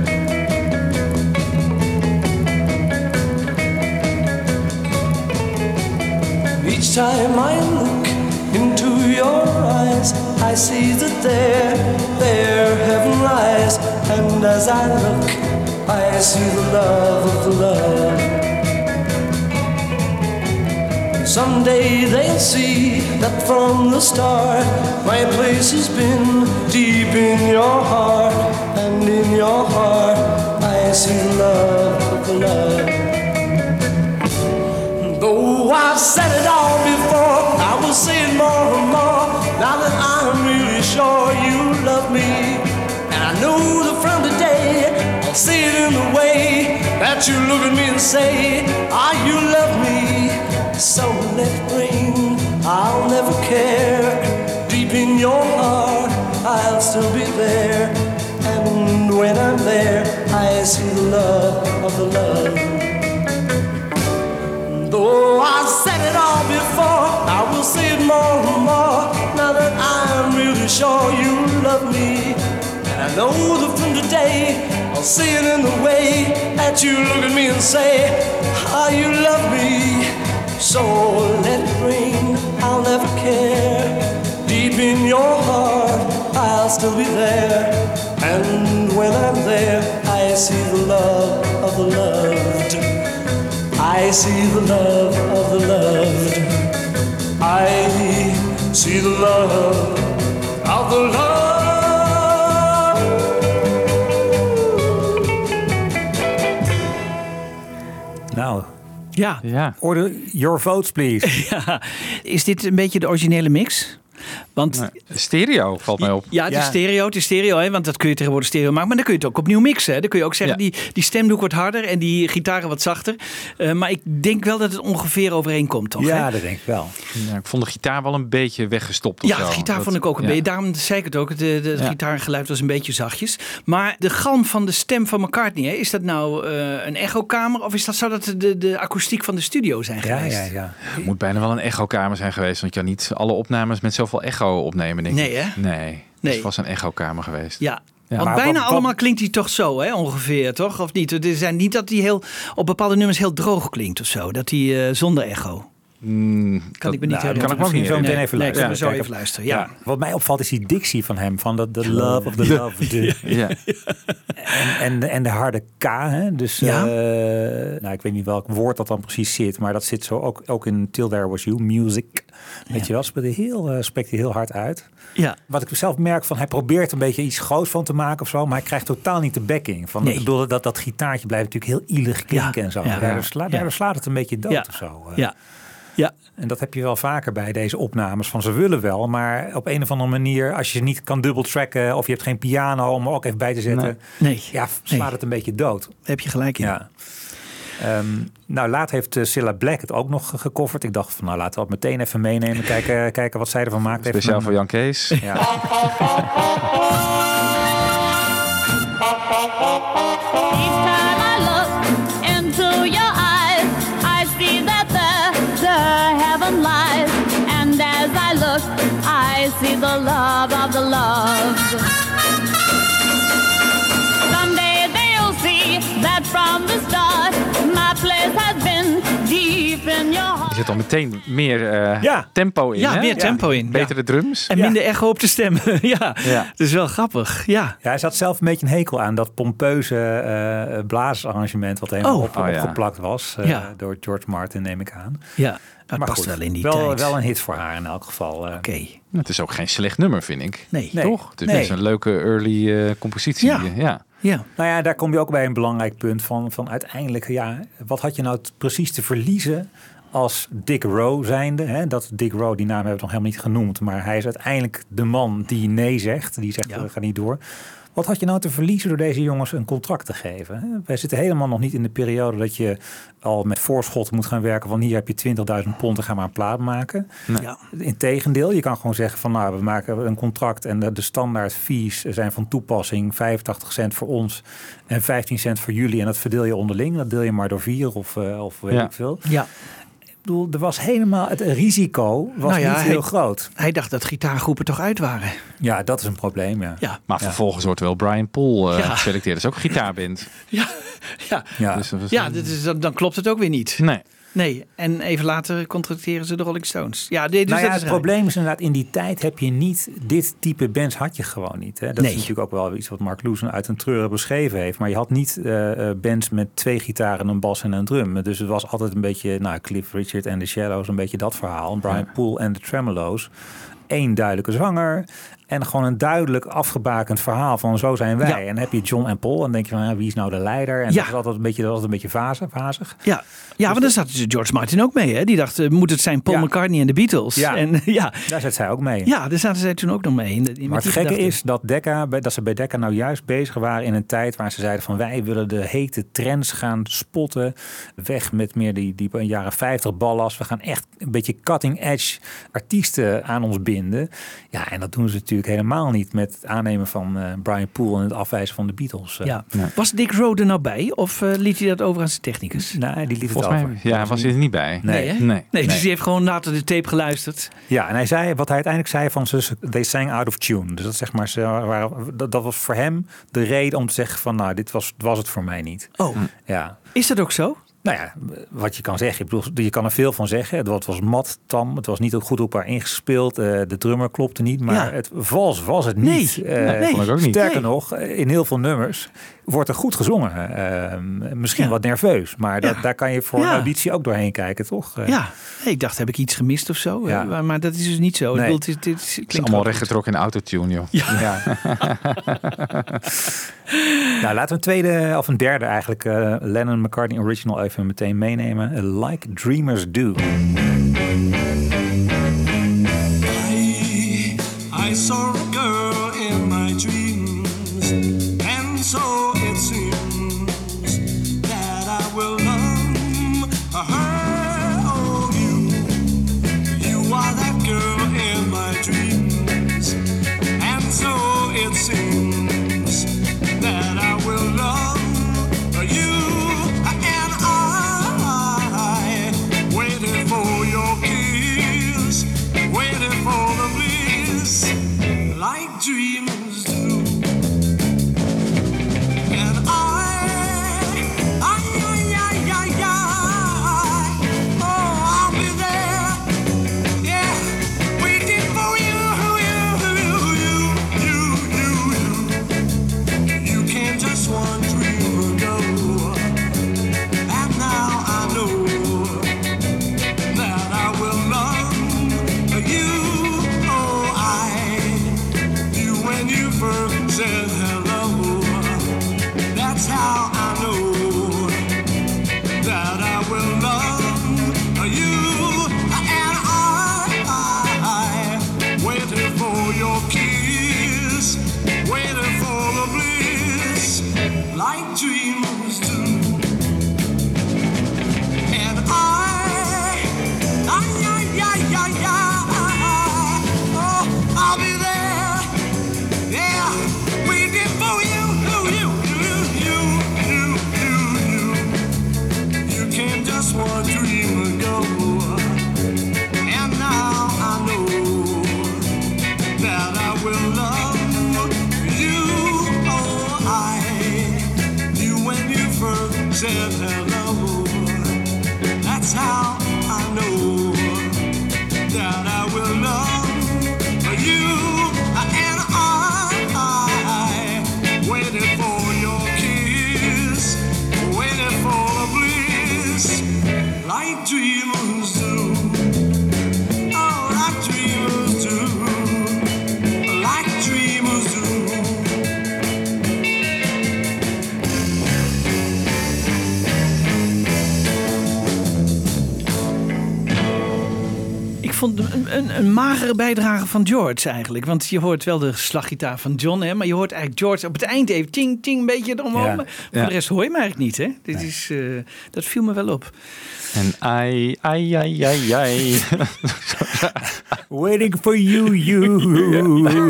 Speaker 11: Each time I look into your eyes, I see that there, there heaven lies. And as I look, I see the love of the love. Someday they'll see that from the start, my place has been deep in your heart. And in your heart, I see the love of the love. Though I've said it all before, I will say it more and more. Now that I'm really sure you love me, and I know that from today I'll see it in the way that you look at me and say, ah, you love me. So let it rain, I'll never care. Deep in your heart, I'll still be there. And when I'm there, I see the love of the love. Though I've said it all before, I will say it more and more. Now that I'm really sure you love me, and I know that from today I'll see it in the way that you look at me and say, ah, you love me. So let it rain, I'll never care. Deep in your heart, I'll still be there. And when I'm there, I see the love of the loved. I see the love of the loved. I see the love of the loved.
Speaker 4: Nou,
Speaker 3: Ja.
Speaker 2: Ja.
Speaker 4: order your votes please.
Speaker 3: Ja. Is dit een beetje de originele mix? Want
Speaker 2: Nee. Stereo valt mij op.
Speaker 3: ja, het is
Speaker 4: Ja.
Speaker 3: stereo, het is stereo, hè, want dat kun je tegenwoordig stereo maken. Maar dan kun je het ook opnieuw mixen. Hè. Dan kun je ook zeggen,
Speaker 2: Ja.
Speaker 3: die, die stemdoek wordt harder en die gitaren wat zachter. Uh, maar ik denk wel dat het ongeveer overeenkomt, toch?
Speaker 4: Ja,
Speaker 3: hè?
Speaker 4: dat denk ik wel.
Speaker 2: Ja, ik vond de gitaar wel een beetje weggestopt. Of
Speaker 3: Ja,
Speaker 2: zo.
Speaker 3: de gitaar
Speaker 2: Dat-
Speaker 3: vond ik ook een
Speaker 2: ja.
Speaker 3: beetje. Daarom zei ik het ook. De, de, het
Speaker 2: Ja.
Speaker 3: gitaargeluid was een beetje zachtjes. Maar de galm van de stem van McCartney, hè, is dat nou uh, een echokamer? Of is dat, zou dat de, de akoestiek van de studio zijn
Speaker 4: Ja,
Speaker 3: geweest?
Speaker 4: ja, ja.
Speaker 2: Het moet bijna wel een echokamer zijn geweest. Want je kan niet alle opnames met zoveel echo opnemen, denk
Speaker 3: Nee,
Speaker 2: ik.
Speaker 3: hè?
Speaker 2: Nee. Dus
Speaker 3: Nee.
Speaker 2: het was een echokamer geweest.
Speaker 3: Ja.
Speaker 2: Ja,
Speaker 3: Want
Speaker 4: maar
Speaker 3: bijna
Speaker 4: wat- wat-
Speaker 3: allemaal klinkt hij toch zo, hè, ongeveer, toch? Of niet? Het zijn niet dat hij heel, op bepaalde nummers heel droog klinkt of zo. Dat hij uh, zonder echo.
Speaker 2: Mm,
Speaker 3: Kan
Speaker 2: dat-
Speaker 3: ik me niet
Speaker 2: nou,
Speaker 3: herinneren.
Speaker 2: kan ik me ook niet
Speaker 4: Zo meteen
Speaker 2: herinneren.
Speaker 4: even
Speaker 3: Nee,
Speaker 4: luisteren.
Speaker 3: kunnen we zo
Speaker 4: Kijken
Speaker 3: even
Speaker 4: of-
Speaker 3: luisteren. Ja.
Speaker 4: Wat mij opvalt is die dictie van hem. Van de, de love of the love. De,
Speaker 2: Ja.
Speaker 4: en, en, de, en de harde K. Hè? Dus
Speaker 3: Ja.
Speaker 4: eh, nou, ik weet niet welk woord dat dan precies zit. Maar dat zit zo ook, ook in Till There Was You, music. Weet
Speaker 3: Ja.
Speaker 4: je wel, spreekt hij heel, uh, spreekt hij heel hard uit.
Speaker 3: Ja.
Speaker 4: Wat ik zelf merk, van hij probeert een beetje iets groots van te maken of zo. Maar hij krijgt totaal niet de backing. Van,
Speaker 3: Nee.
Speaker 4: Ik bedoel, dat, dat gitaartje blijft natuurlijk heel ielig klinken
Speaker 3: Ja.
Speaker 4: en zo.
Speaker 3: Ja.
Speaker 4: Daardoor, sla,
Speaker 3: Ja.
Speaker 4: daardoor slaat het een beetje dood
Speaker 3: Ja.
Speaker 4: of zo. uh.
Speaker 3: Ja. Ja.
Speaker 4: En dat heb je wel vaker bij deze opnames. Van ze willen wel, maar op een of andere manier, als je niet kan dubbel tracken of je hebt geen piano om er ook even bij te zetten,
Speaker 3: Nee.
Speaker 4: ja, slaat
Speaker 3: Nee.
Speaker 4: het een beetje dood.
Speaker 3: Daar heb je gelijk in.
Speaker 4: Ja. Um, nou, later heeft uh, Cilla Black het ook nog gecoverd. Ik dacht van, nou, laten we het meteen even meenemen. Kijken, kijken wat zij ervan maakt.
Speaker 2: Speciaal
Speaker 4: Even
Speaker 2: voor Jan Kees.
Speaker 4: Ja.
Speaker 5: from the start. My place has been deep in your heart.
Speaker 2: Er zit al meteen meer uh,
Speaker 3: Ja.
Speaker 2: tempo in.
Speaker 3: Ja,
Speaker 2: hè?
Speaker 3: meer tempo in.
Speaker 2: Betere
Speaker 3: Ja.
Speaker 2: drums.
Speaker 3: En minder echo op de stem. ja.
Speaker 2: Ja.
Speaker 3: Het is wel grappig. Ja.
Speaker 4: Ja, hij zat zelf een beetje een hekel aan dat pompeuze uh, blaasarrangement wat helemaal
Speaker 3: Oh.
Speaker 4: op,
Speaker 2: Oh, ja.
Speaker 4: opgeplakt was uh,
Speaker 3: Ja.
Speaker 4: door George Martin, neem ik aan.
Speaker 3: Ja, het
Speaker 4: Maar
Speaker 3: past
Speaker 4: goed,
Speaker 3: wel in die
Speaker 4: wel,
Speaker 3: tijd.
Speaker 4: wel een hit voor haar in elk geval. Uh.
Speaker 3: Oké. Okay.
Speaker 2: Het is ook geen slecht nummer, vind ik.
Speaker 3: Nee.
Speaker 4: Nee.
Speaker 2: Toch? Het is
Speaker 3: Nee.
Speaker 2: best een leuke early uh, compositie.
Speaker 3: Ja.
Speaker 2: ja.
Speaker 3: Ja.
Speaker 4: Nou ja, daar kom je ook bij een belangrijk punt van, van uiteindelijk, ja, wat had je nou t- precies te verliezen als Dick Rowe zijnde? Hè? Dat Dick Rowe, die naam hebben we nog helemaal niet genoemd, maar hij is uiteindelijk de man die nee zegt. Die zegt,
Speaker 3: Ja.
Speaker 4: we gaan niet door. Wat had je nou te verliezen door deze jongens een contract te geven? Hè? Wij zitten helemaal nog niet in de periode dat je al met voorschot moet gaan werken van hier heb je twintigduizend pond en ga maar een plaat maken.
Speaker 2: Nee.
Speaker 3: Ja.
Speaker 4: Integendeel, je kan gewoon zeggen van nou, we maken een contract en de, de standaard fees zijn van toepassing vijfentachtig cent voor ons en vijftien cent voor jullie en dat verdeel je onderling. Dat deel je maar door vier of, uh, of weet
Speaker 2: Ja.
Speaker 4: ik veel.
Speaker 3: Ja.
Speaker 4: Ik bedoel, er was helemaal, het risico was
Speaker 3: Nou ja,
Speaker 4: niet
Speaker 3: hij-
Speaker 4: heel groot.
Speaker 3: Hij dacht dat gitaargroepen toch uit waren.
Speaker 4: Ja, dat is een probleem, ja.
Speaker 3: Ja.
Speaker 2: Maar
Speaker 4: Ja.
Speaker 2: vervolgens wordt wel Brian Poole uh,
Speaker 3: Ja.
Speaker 2: geselecteerd. Dat is ook een gitaarband.
Speaker 3: Ja. Ja.
Speaker 4: Ja.
Speaker 2: Dus dat was-
Speaker 3: Ja, dit is, dan, dan klopt het ook weer niet.
Speaker 2: Nee.
Speaker 3: Nee, en even later contracteren ze de Rolling Stones. Ja, nee, dus
Speaker 4: nou ja,
Speaker 3: dat
Speaker 4: het
Speaker 3: is
Speaker 4: probleem is inderdaad, in die tijd heb je niet, dit type bands had je gewoon niet. Hè? Dat
Speaker 3: Nee.
Speaker 4: is natuurlijk ook wel iets wat Mark Loosen uit een treuren beschreven heeft. Maar je had niet uh, bands met twee gitaren, een bas en een drum. Dus het was altijd een beetje, nou, Cliff Richard en de Shadows, een beetje dat verhaal. Brian
Speaker 2: Ja.
Speaker 4: Poole en de Tremolos. Eén duidelijke zanger en gewoon een duidelijk afgebakend verhaal van zo zijn wij.
Speaker 3: Ja.
Speaker 4: En dan heb je John en Paul en dan denk je van ja, wie is nou de leider? En
Speaker 3: Ja.
Speaker 4: dat is altijd een beetje, dat was een beetje vazig. vazig.
Speaker 3: Ja, ja maar daar zat George Martin ook mee. Hè? Die dacht, uh, moet het zijn Paul
Speaker 4: Ja.
Speaker 3: McCartney en de Beatles?
Speaker 4: Ja.
Speaker 3: En, ja.
Speaker 4: Daar zit zij ook mee.
Speaker 3: ja, daar zaten zij toen ook nog mee. In de, in
Speaker 4: Maar
Speaker 3: met
Speaker 4: het
Speaker 3: die
Speaker 4: gekke
Speaker 3: gedachte.
Speaker 4: is dat, Decca, dat ze bij Decca nou juist bezig waren in een tijd waar ze zeiden van wij willen de hete trends gaan spotten. Weg met meer die, die jaren vijftig ballast. We gaan echt een beetje cutting edge artiesten aan ons binden. Ja, en dat doen ze natuurlijk helemaal niet met het aannemen van uh, Brian Poole en het afwijzen van de Beatles. Uh.
Speaker 3: Ja.
Speaker 2: Nee.
Speaker 3: Was Dick Rowe er nou bij? Of uh, liet hij dat over aan zijn technicus?
Speaker 4: Nee, die liet het
Speaker 2: Volgens
Speaker 4: over.
Speaker 2: mij ja, was hij er niet bij.
Speaker 3: Nee, hè?
Speaker 2: Nee.
Speaker 3: Nee, dus die heeft gewoon later de tape geluisterd.
Speaker 4: Ja, en hij zei, wat hij uiteindelijk zei van ze, they sang out of tune. Dus dat zeg maar, ze waren, dat, dat was voor hem de reden om te zeggen van nou, dit was, was het voor mij niet.
Speaker 3: Oh,
Speaker 4: Ja.
Speaker 3: is dat ook zo?
Speaker 4: Nou ja, wat je kan zeggen. Ik bedoel, je kan er veel van zeggen. Het was mat, tam. Het was niet ook goed op haar ingespeeld. Uh, de drummer klopte niet. Maar
Speaker 3: Ja.
Speaker 4: het vals was het niet.
Speaker 3: Nee,
Speaker 4: Uh,
Speaker 3: nee,
Speaker 2: vond ik ook niet.
Speaker 4: Sterker
Speaker 3: Nee.
Speaker 4: nog, in heel veel nummers wordt er goed gezongen. Uh, misschien
Speaker 3: Ja.
Speaker 4: wat nerveus. Maar dat,
Speaker 3: Ja.
Speaker 4: daar kan je voor
Speaker 3: Ja.
Speaker 4: een auditie ook doorheen kijken, toch? Uh,
Speaker 3: Ja, ik dacht, heb ik iets gemist of zo?
Speaker 4: Ja.
Speaker 3: Uh, maar dat is dus niet zo.
Speaker 4: Nee.
Speaker 3: Ik bedoel, dit, dit
Speaker 2: Het is
Speaker 3: klinkt
Speaker 2: allemaal
Speaker 3: wel goed.
Speaker 2: rechtgetrokken in autotune, joh.
Speaker 4: Ja. Nou, laten we een tweede of een derde eigenlijk uh, Lennon McCartney original even meteen meenemen. Uh, Like Dreamers Do.
Speaker 11: I, I saw a girl in my dreams, and so it seems that I will love her. Oh, you, you are that girl in my dreams, and so it seems that I will love you, and I waited for your kiss, waited for the bliss, like dreamers do. And I, I, I, I, I, I, oh, I'll be there, yeah, waiting for you, you, you, you, you, you. You came just one dream ago, and now I know that I will love you. Oh, I knew when you first said hello. That's how I know that I will love you. And I, I waited for your kiss, waited for the bliss, like dreamers do. And I, I, I, I, I, I, oh, I'll be there, yeah, waiting for you, you, you, you, you, you, you. You came just one dream ago, and now I know that I will love you. Oh, I knew when you first said hello. That's how I know that I will love you. And I waited for your kiss, waited for the bliss, like dreamers do. Oh, like dreamers do. Like dreamers do.
Speaker 3: Ik vond een, een, een magere bijdrage van George eigenlijk. Want je hoort wel de slaggitaar van John, hè, maar je hoort eigenlijk George op het eind even ting, ting, een beetje eromhoog.
Speaker 2: Ja.
Speaker 3: Voor
Speaker 2: Ja.
Speaker 3: de rest hoor je hem eigenlijk niet, hè? Dit
Speaker 2: Nee.
Speaker 3: is, uh, dat viel me wel op.
Speaker 2: En ai, ai, ai, ai, ai.
Speaker 4: Waiting for you, you.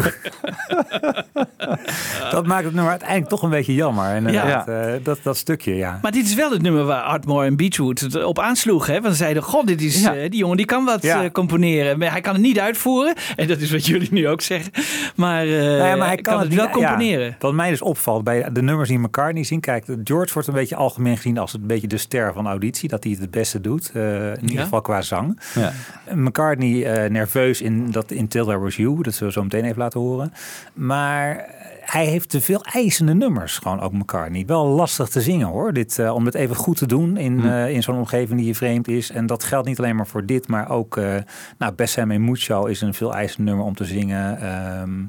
Speaker 4: Dat maakt het nummer uiteindelijk toch een beetje jammer. Inderdaad. Ja. Uh, dat, dat stukje, ja.
Speaker 3: Maar dit is wel het nummer waar Ardmore en Beechwood het op aansloegen. Hè? Want ze zeiden, god, dit is, ja. uh, die jongen die kan wat ja. uh, componeren. Maar hij kan het niet uitvoeren. En dat is wat jullie nu ook zeggen. Maar, uh, nou ja, maar hij kan, kan het, het wel niet, componeren. Ja,
Speaker 4: wat mij dus opvalt bij de nummers die McCartney zien. Kijk, George wordt een beetje algemeen gezien als een beetje de ster van auditie. Dat hij het het beste doet. Uh, in ieder geval ja. qua zang. Ja. McCartney uh, nerveus in dat in Till There Was You. Dat zullen we zo meteen even laten horen. Maar hij heeft te veel eisende nummers. Gewoon ook McCartney. Wel lastig te zingen hoor. Dit, uh, om het even goed te doen in, hm. uh, in zo'n omgeving die je vreemd is. En dat geldt niet alleen maar voor dit. Maar ook uh, nou, Bessem en Mucho is een veel eisend nummer om te zingen. Um,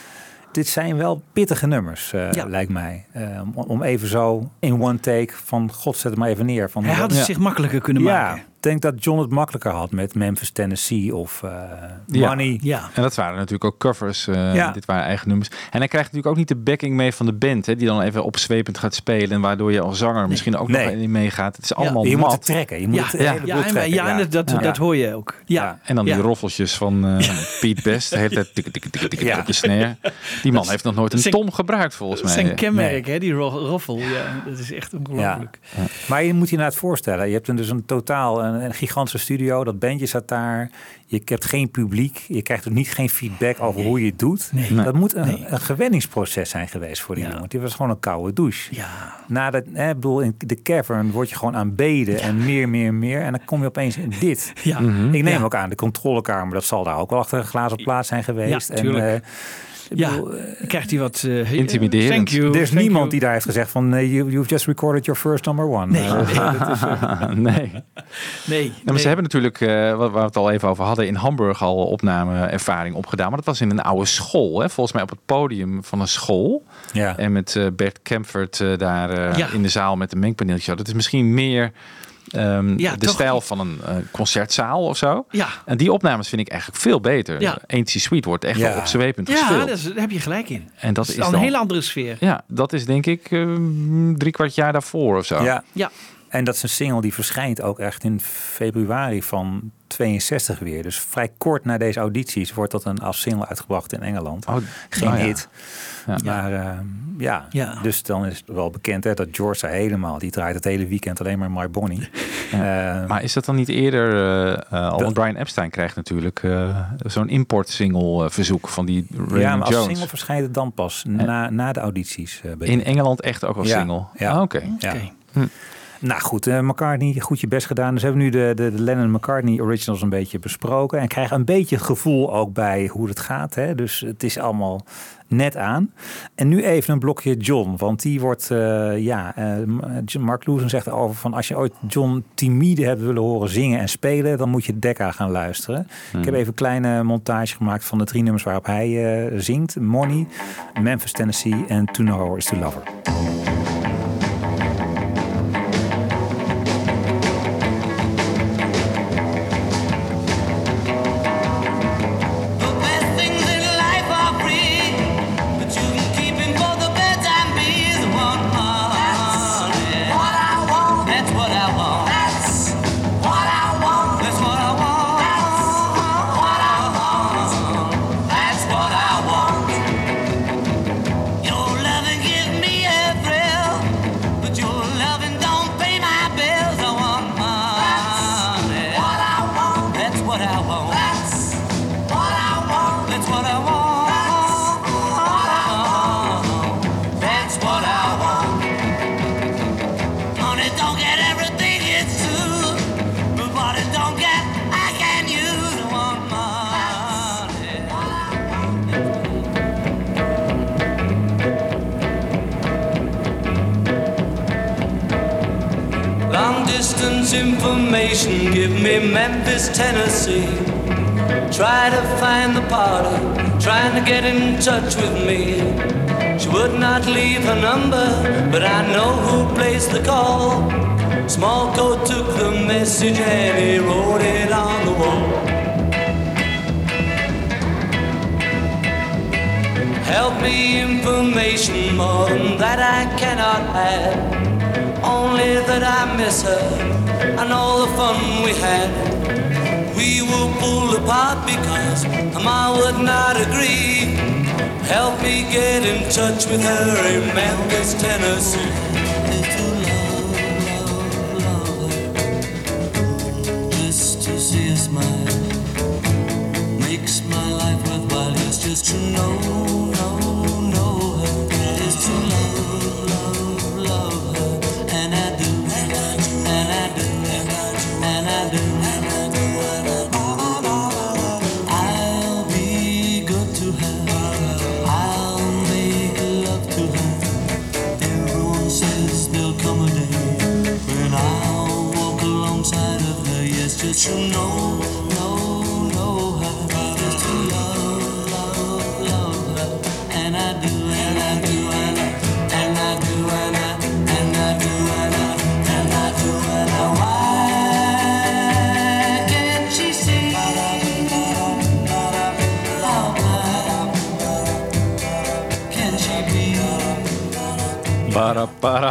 Speaker 4: dit zijn wel pittige nummers, uh, ja. lijkt mij. Uh, om, om even zo in one take van god zet het maar even neer. Van,
Speaker 3: hij had het ja. zich makkelijker kunnen
Speaker 4: ja.
Speaker 3: maken.
Speaker 4: Ik denk dat John het makkelijker had met Memphis, Tennessee of uh,
Speaker 2: ja.
Speaker 4: Money.
Speaker 2: Ja. En dat waren natuurlijk ook covers. Uh,
Speaker 4: ja.
Speaker 2: Dit waren eigen nummers. En hij krijgt natuurlijk ook niet de backing mee van de band. Hè, die dan even opzwepend gaat spelen. En waardoor je als zanger nee. misschien ook nee. nog in meegaat. Het is allemaal
Speaker 4: ja. Je
Speaker 2: mat.
Speaker 4: moet het trekken. Je moet
Speaker 3: ja.
Speaker 4: het
Speaker 3: ja.
Speaker 4: hele
Speaker 3: ja, en,
Speaker 4: trekken.
Speaker 3: ja, en dat, dat, ja. dat hoor je ook. Ja.
Speaker 2: Ja. En dan die ja. roffeltjes van uh, Pete Best. De hele tijd tik, tik, tik, tik, ja. op de snare. Die man heeft nog nooit een zijn, tom gebruikt volgens mij.
Speaker 3: Zijn kenmerk, nee. hè, die roffel. Ja, dat is echt ongelooflijk.
Speaker 4: Ja. Ja. Maar je moet je nou het voorstellen. Je hebt een, dus een totaal een, een gigantische studio. Dat bandje staat daar. Je hebt geen publiek. Je krijgt ook niet geen feedback over nee. hoe je het doet. Nee. Dat moet een, nee. een gewenningsproces zijn geweest voor die ja. jongen. Die was gewoon een koude douche.
Speaker 3: Ja.
Speaker 4: Na de, hè, bedoel, in de cavern word je gewoon aanbeden ja. en meer, meer, meer. En dan kom je opeens in dit.
Speaker 3: Ja.
Speaker 4: Mm-hmm. Ik neem
Speaker 3: ja.
Speaker 4: ook aan, de controlekamer, dat zal daar ook wel achter een glazen plaats zijn geweest.
Speaker 3: Ja, tuurlijk.
Speaker 4: En, uh,
Speaker 3: Ja, dan krijgt hij wat uh,
Speaker 2: intimiderend.
Speaker 3: Thank you,
Speaker 4: er is
Speaker 3: thank
Speaker 4: niemand
Speaker 3: you.
Speaker 4: die daar heeft gezegd van uh, you, you've just recorded your first number one.
Speaker 3: Nee,
Speaker 4: uh,
Speaker 3: nee, dat is, uh,
Speaker 2: nee.
Speaker 3: nee.
Speaker 2: nee maar
Speaker 3: nee.
Speaker 2: ze hebben natuurlijk, uh, waar we het al even over hadden, in Hamburg al opnameervaring opgedaan. Maar dat was in een oude school. Hè? Volgens mij op het podium van een school.
Speaker 4: Ja.
Speaker 2: En met uh, Bert Kempfert uh, daar uh,
Speaker 3: ja.
Speaker 2: in de zaal met een mengpaneeltje. Dat is misschien meer Um, ja, de toch stijl van een uh, concertzaal of zo.
Speaker 3: Ja.
Speaker 2: En die opnames vind ik eigenlijk veel beter.
Speaker 3: Ja.
Speaker 2: Ain't She Sweet wordt echt
Speaker 4: ja.
Speaker 2: wel opzwepend
Speaker 3: ja,
Speaker 2: gespeeld.
Speaker 3: Ja, daar heb je gelijk in.
Speaker 2: En dat,
Speaker 3: dat is,
Speaker 2: is
Speaker 3: al
Speaker 2: dan
Speaker 3: een hele andere sfeer.
Speaker 2: Ja, dat is denk ik uh, drie kwart jaar daarvoor of zo.
Speaker 4: Ja.
Speaker 3: ja.
Speaker 4: En dat is een single die verschijnt ook echt in februari van tweeënzestig weer. Dus vrij kort na deze audities wordt dat een als single uitgebracht in Engeland. Oh, Geen oh, ja. hit. Ja. Maar uh, ja. ja, dus dan is het wel bekend hè, dat George daar helemaal, die draait het hele weekend alleen maar My Bonnie.
Speaker 2: uh, maar is dat dan niet eerder, uh, uh, al want Brian Epstein krijgt natuurlijk uh, zo'n import single uh, verzoek van die Raymond Jones.
Speaker 4: Ja, maar als Jones. single verschijnt het dan pas na, na de audities. Uh,
Speaker 2: in Engeland echt ook als
Speaker 4: ja.
Speaker 2: single?
Speaker 4: Ja.
Speaker 2: Ah, Oké. Okay.
Speaker 4: Ja. Okay. Hm. Nou goed, uh, McCartney, goed je best gedaan. Dus hebben we nu de, de, de Lennon-McCartney originals een beetje besproken. En krijgen een beetje het gevoel ook bij hoe het gaat. Hè? Dus het is allemaal net aan. En nu even een blokje John. Want die wordt, uh, ja, uh, Mark Lewson zegt erover van als je ooit John timide hebt willen horen zingen en spelen, dan moet je Decca gaan luisteren. Hmm. Ik heb even een kleine montage gemaakt van de drie nummers waarop hij uh, zingt. Money, Memphis, Tennessee en To Know Her Is To Love Her.
Speaker 1: Your loving give me everything. But it don't get everything it's true. But it don't get, I can use one money.
Speaker 11: Long distance information, give me Memphis, Tennessee. Try to find the party, trying to get in touch with me. She would not leave her number, but I know who placed the call. Small coat took the message and he wrote it on the wall. Help me information, more than that I cannot add. Only that I miss her and all the fun we had. We were pulled apart because Ma would not agree. Help me get in touch with her in Memphis, Tennessee.
Speaker 1: To love, love, love her. Just to see her smile makes my life worthwhile. It's just to know, know, know her. It's to love, love, love her. And I do, and I do, and I do, and I do, and I do. I'll be good to her. I'll make love to her. Everyone says there'll come a day when I'll walk alongside of her. Yes, just to know, know, know her. Just to love, love, love her. And I do, and I do, and I, and I do, and I, and I do, and I, and I do, and I. Why can't she see? Love her. Can she be?
Speaker 2: Para, para,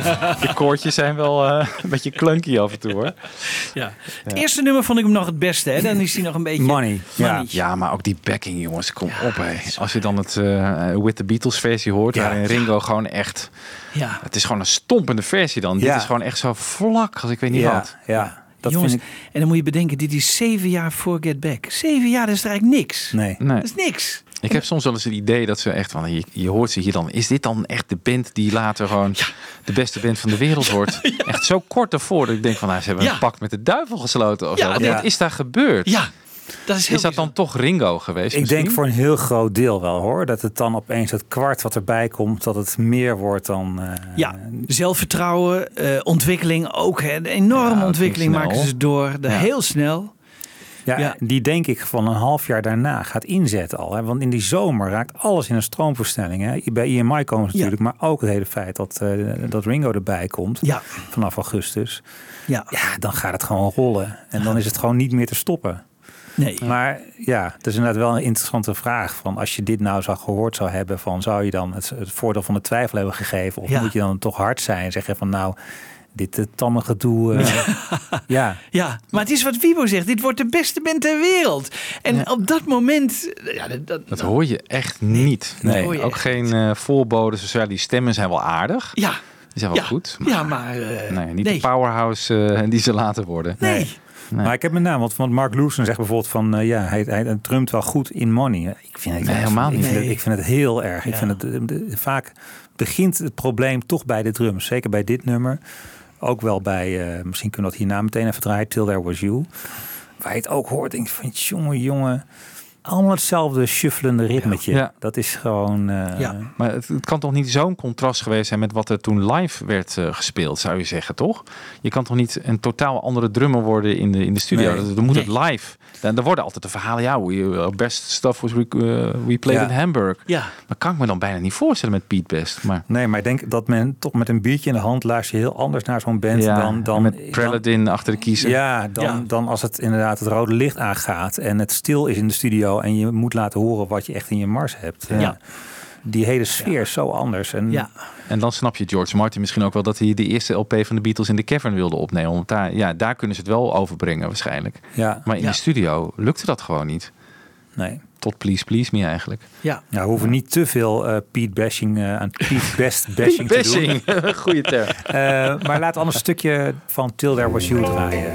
Speaker 2: de koortjes zijn wel uh, een beetje clunky af en toe, hoor.
Speaker 3: Ja. Het eerste nummer vond ik hem nog het beste. Hè? Dan is hij nog een beetje...
Speaker 4: Money.
Speaker 2: Ja, ja, maar ook die backing, jongens, kom op. Hè. Als je dan het uh, With the Beatles versie hoort,
Speaker 3: Ja.
Speaker 2: waarin Ringo gewoon echt...
Speaker 3: Ja.
Speaker 2: Het is gewoon een stompende versie dan.
Speaker 4: Ja.
Speaker 2: Dit is gewoon echt zo vlak als ik weet niet
Speaker 4: Ja,
Speaker 2: wat.
Speaker 4: ja. Dat
Speaker 3: Jongens,
Speaker 4: vind ik...
Speaker 3: en dan moet je bedenken, dit is zeven jaar voor Get Back. Zeven jaar, dat is er eigenlijk niks.
Speaker 4: Nee.
Speaker 2: Nee.
Speaker 3: Dat is niks.
Speaker 2: Ik heb soms wel eens het idee dat ze echt van, je, je hoort ze hier dan, is dit dan echt de band die later gewoon de beste band van de wereld wordt? Ja. Echt zo kort daarvoor dat ik denk van, nou, ze hebben
Speaker 3: Ja.
Speaker 2: een pact met de duivel gesloten of
Speaker 3: Ja,
Speaker 2: zo. Wat
Speaker 3: ja.
Speaker 2: is daar gebeurd?
Speaker 3: Ja, dat is heel
Speaker 2: Is dat dan toch Ringo geweest?
Speaker 4: Ik
Speaker 2: misschien?
Speaker 4: denk voor een heel groot deel wel, hoor. Dat het dan opeens het kwart wat erbij komt, dat het meer wordt dan... Uh,
Speaker 3: Ja, zelfvertrouwen, uh, ontwikkeling ook. Hè. Een enorme
Speaker 2: Ja,
Speaker 3: ontwikkeling
Speaker 2: ging snel.
Speaker 3: maken ze door. De,
Speaker 4: Ja.
Speaker 3: Heel snel.
Speaker 4: Ja,
Speaker 3: Ja.
Speaker 4: die denk ik van een half jaar daarna gaat inzetten al. Hè? Want in die zomer raakt alles in een stroomversnelling. Hè? Bij E M I komen ze natuurlijk, maar ook het hele feit dat, uh, dat Ringo erbij komt
Speaker 3: Ja.
Speaker 4: vanaf augustus.
Speaker 3: Ja.
Speaker 4: Ja, dan gaat het gewoon rollen. En dan is het gewoon niet meer te stoppen.
Speaker 3: Nee.
Speaker 4: Maar ja, het is inderdaad wel een interessante vraag. Van als je dit nou zou gehoord zou hebben, van zou je dan het, het voordeel van de twijfel hebben gegeven? Of
Speaker 3: Ja.
Speaker 4: moet je dan toch hard zijn en zeggen van nou, dit uh, tamme gedoe. Uh, ja.
Speaker 3: Ja, maar het is wat Wiebo zegt. Dit wordt de beste band ter wereld. En
Speaker 2: Ja.
Speaker 3: op dat moment... Ja, dat, dat,
Speaker 2: Dat hoor je echt niet.
Speaker 3: dat
Speaker 2: Nee,
Speaker 3: hoor je
Speaker 2: ook
Speaker 3: echt
Speaker 2: geen uh, voorboden. Dus ja, die stemmen zijn wel aardig.
Speaker 3: Ja.
Speaker 2: Die zijn wel
Speaker 3: Ja.
Speaker 2: goed.
Speaker 3: Ja, maar... Uh,
Speaker 2: Nee, niet
Speaker 3: nee.
Speaker 2: de powerhouse uh, die ze later worden.
Speaker 3: Nee.
Speaker 2: Nee.
Speaker 4: Maar ik heb met name, want, want Mark Lewson zegt bijvoorbeeld van uh, ja, hij, hij, hij drumt wel goed in Money. Ik vind het
Speaker 2: Nee, helemaal
Speaker 4: ik
Speaker 2: niet.
Speaker 4: Vind het,
Speaker 3: Nee.
Speaker 4: ik vind het heel erg.
Speaker 3: Ja.
Speaker 4: Ik vind het de, de, vaak begint het probleem toch bij de drums. Zeker bij dit nummer. Ook wel bij, uh, misschien kunnen we dat hierna meteen even draaien, Till There Was You. Waar je het ook hoort, denk ik van jongen, jongen. Allemaal hetzelfde shufflende ritmetje.
Speaker 2: Ja.
Speaker 4: Dat is gewoon... Uh,
Speaker 3: Ja.
Speaker 2: Maar het, het kan toch niet zo'n contrast geweest zijn met wat er toen live werd uh, gespeeld, zou je zeggen, toch? Je kan toch niet een totaal andere drummer worden in de, in de studio?
Speaker 4: Nee.
Speaker 2: Dan moet
Speaker 3: Nee.
Speaker 2: het live. Dan, dan worden altijd de verhalen, ja, we, uh, best stuff was we, uh, we played
Speaker 4: Ja.
Speaker 2: in Hamburg.
Speaker 3: Ja.
Speaker 2: Dat kan ik me dan bijna niet voorstellen met Pete Best. Maar
Speaker 4: Nee, maar ik denk dat men toch met een biertje in de hand luister je heel anders naar zo'n band
Speaker 2: ja,
Speaker 4: dan... dan
Speaker 2: met Preladin achter de kiezer.
Speaker 4: Ja, dan,
Speaker 3: Ja.
Speaker 4: dan als het inderdaad het rode licht aangaat en het stil is in de studio en je moet laten horen wat je echt in je mars hebt.
Speaker 3: Ja.
Speaker 4: Ja. Die hele sfeer is zo anders. En
Speaker 3: Ja.
Speaker 2: En dan snap je George Martin misschien ook wel dat hij de eerste L P van de Beatles in de cavern wilde opnemen. Want daar, ja, daar kunnen ze het wel overbrengen waarschijnlijk.
Speaker 4: ja,
Speaker 2: Maar in
Speaker 3: Ja.
Speaker 2: de studio lukte dat gewoon niet.
Speaker 4: nee.
Speaker 2: Tot Please Please Me eigenlijk.
Speaker 3: Ja.
Speaker 4: Nou, we hoeven niet te veel uh, Pete bashing uh, aan Pete Best bashing te doen.
Speaker 2: Goeie term.
Speaker 4: Uh, maar laten we anders een stukje van Till There Was You draaien.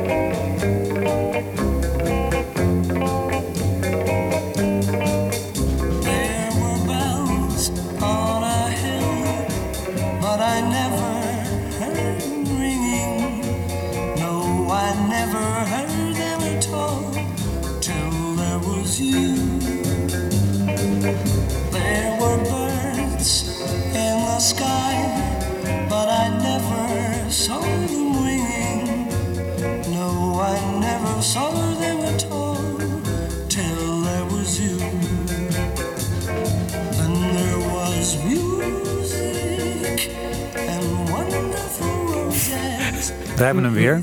Speaker 1: There were bells on a hill, but I never heard
Speaker 11: never heard them at all till there was you. There were birds in the sky, but I never saw them winging. No, I never saw them at all till there was you. Then there was music and wonderful roses.
Speaker 4: We hebben hem weer.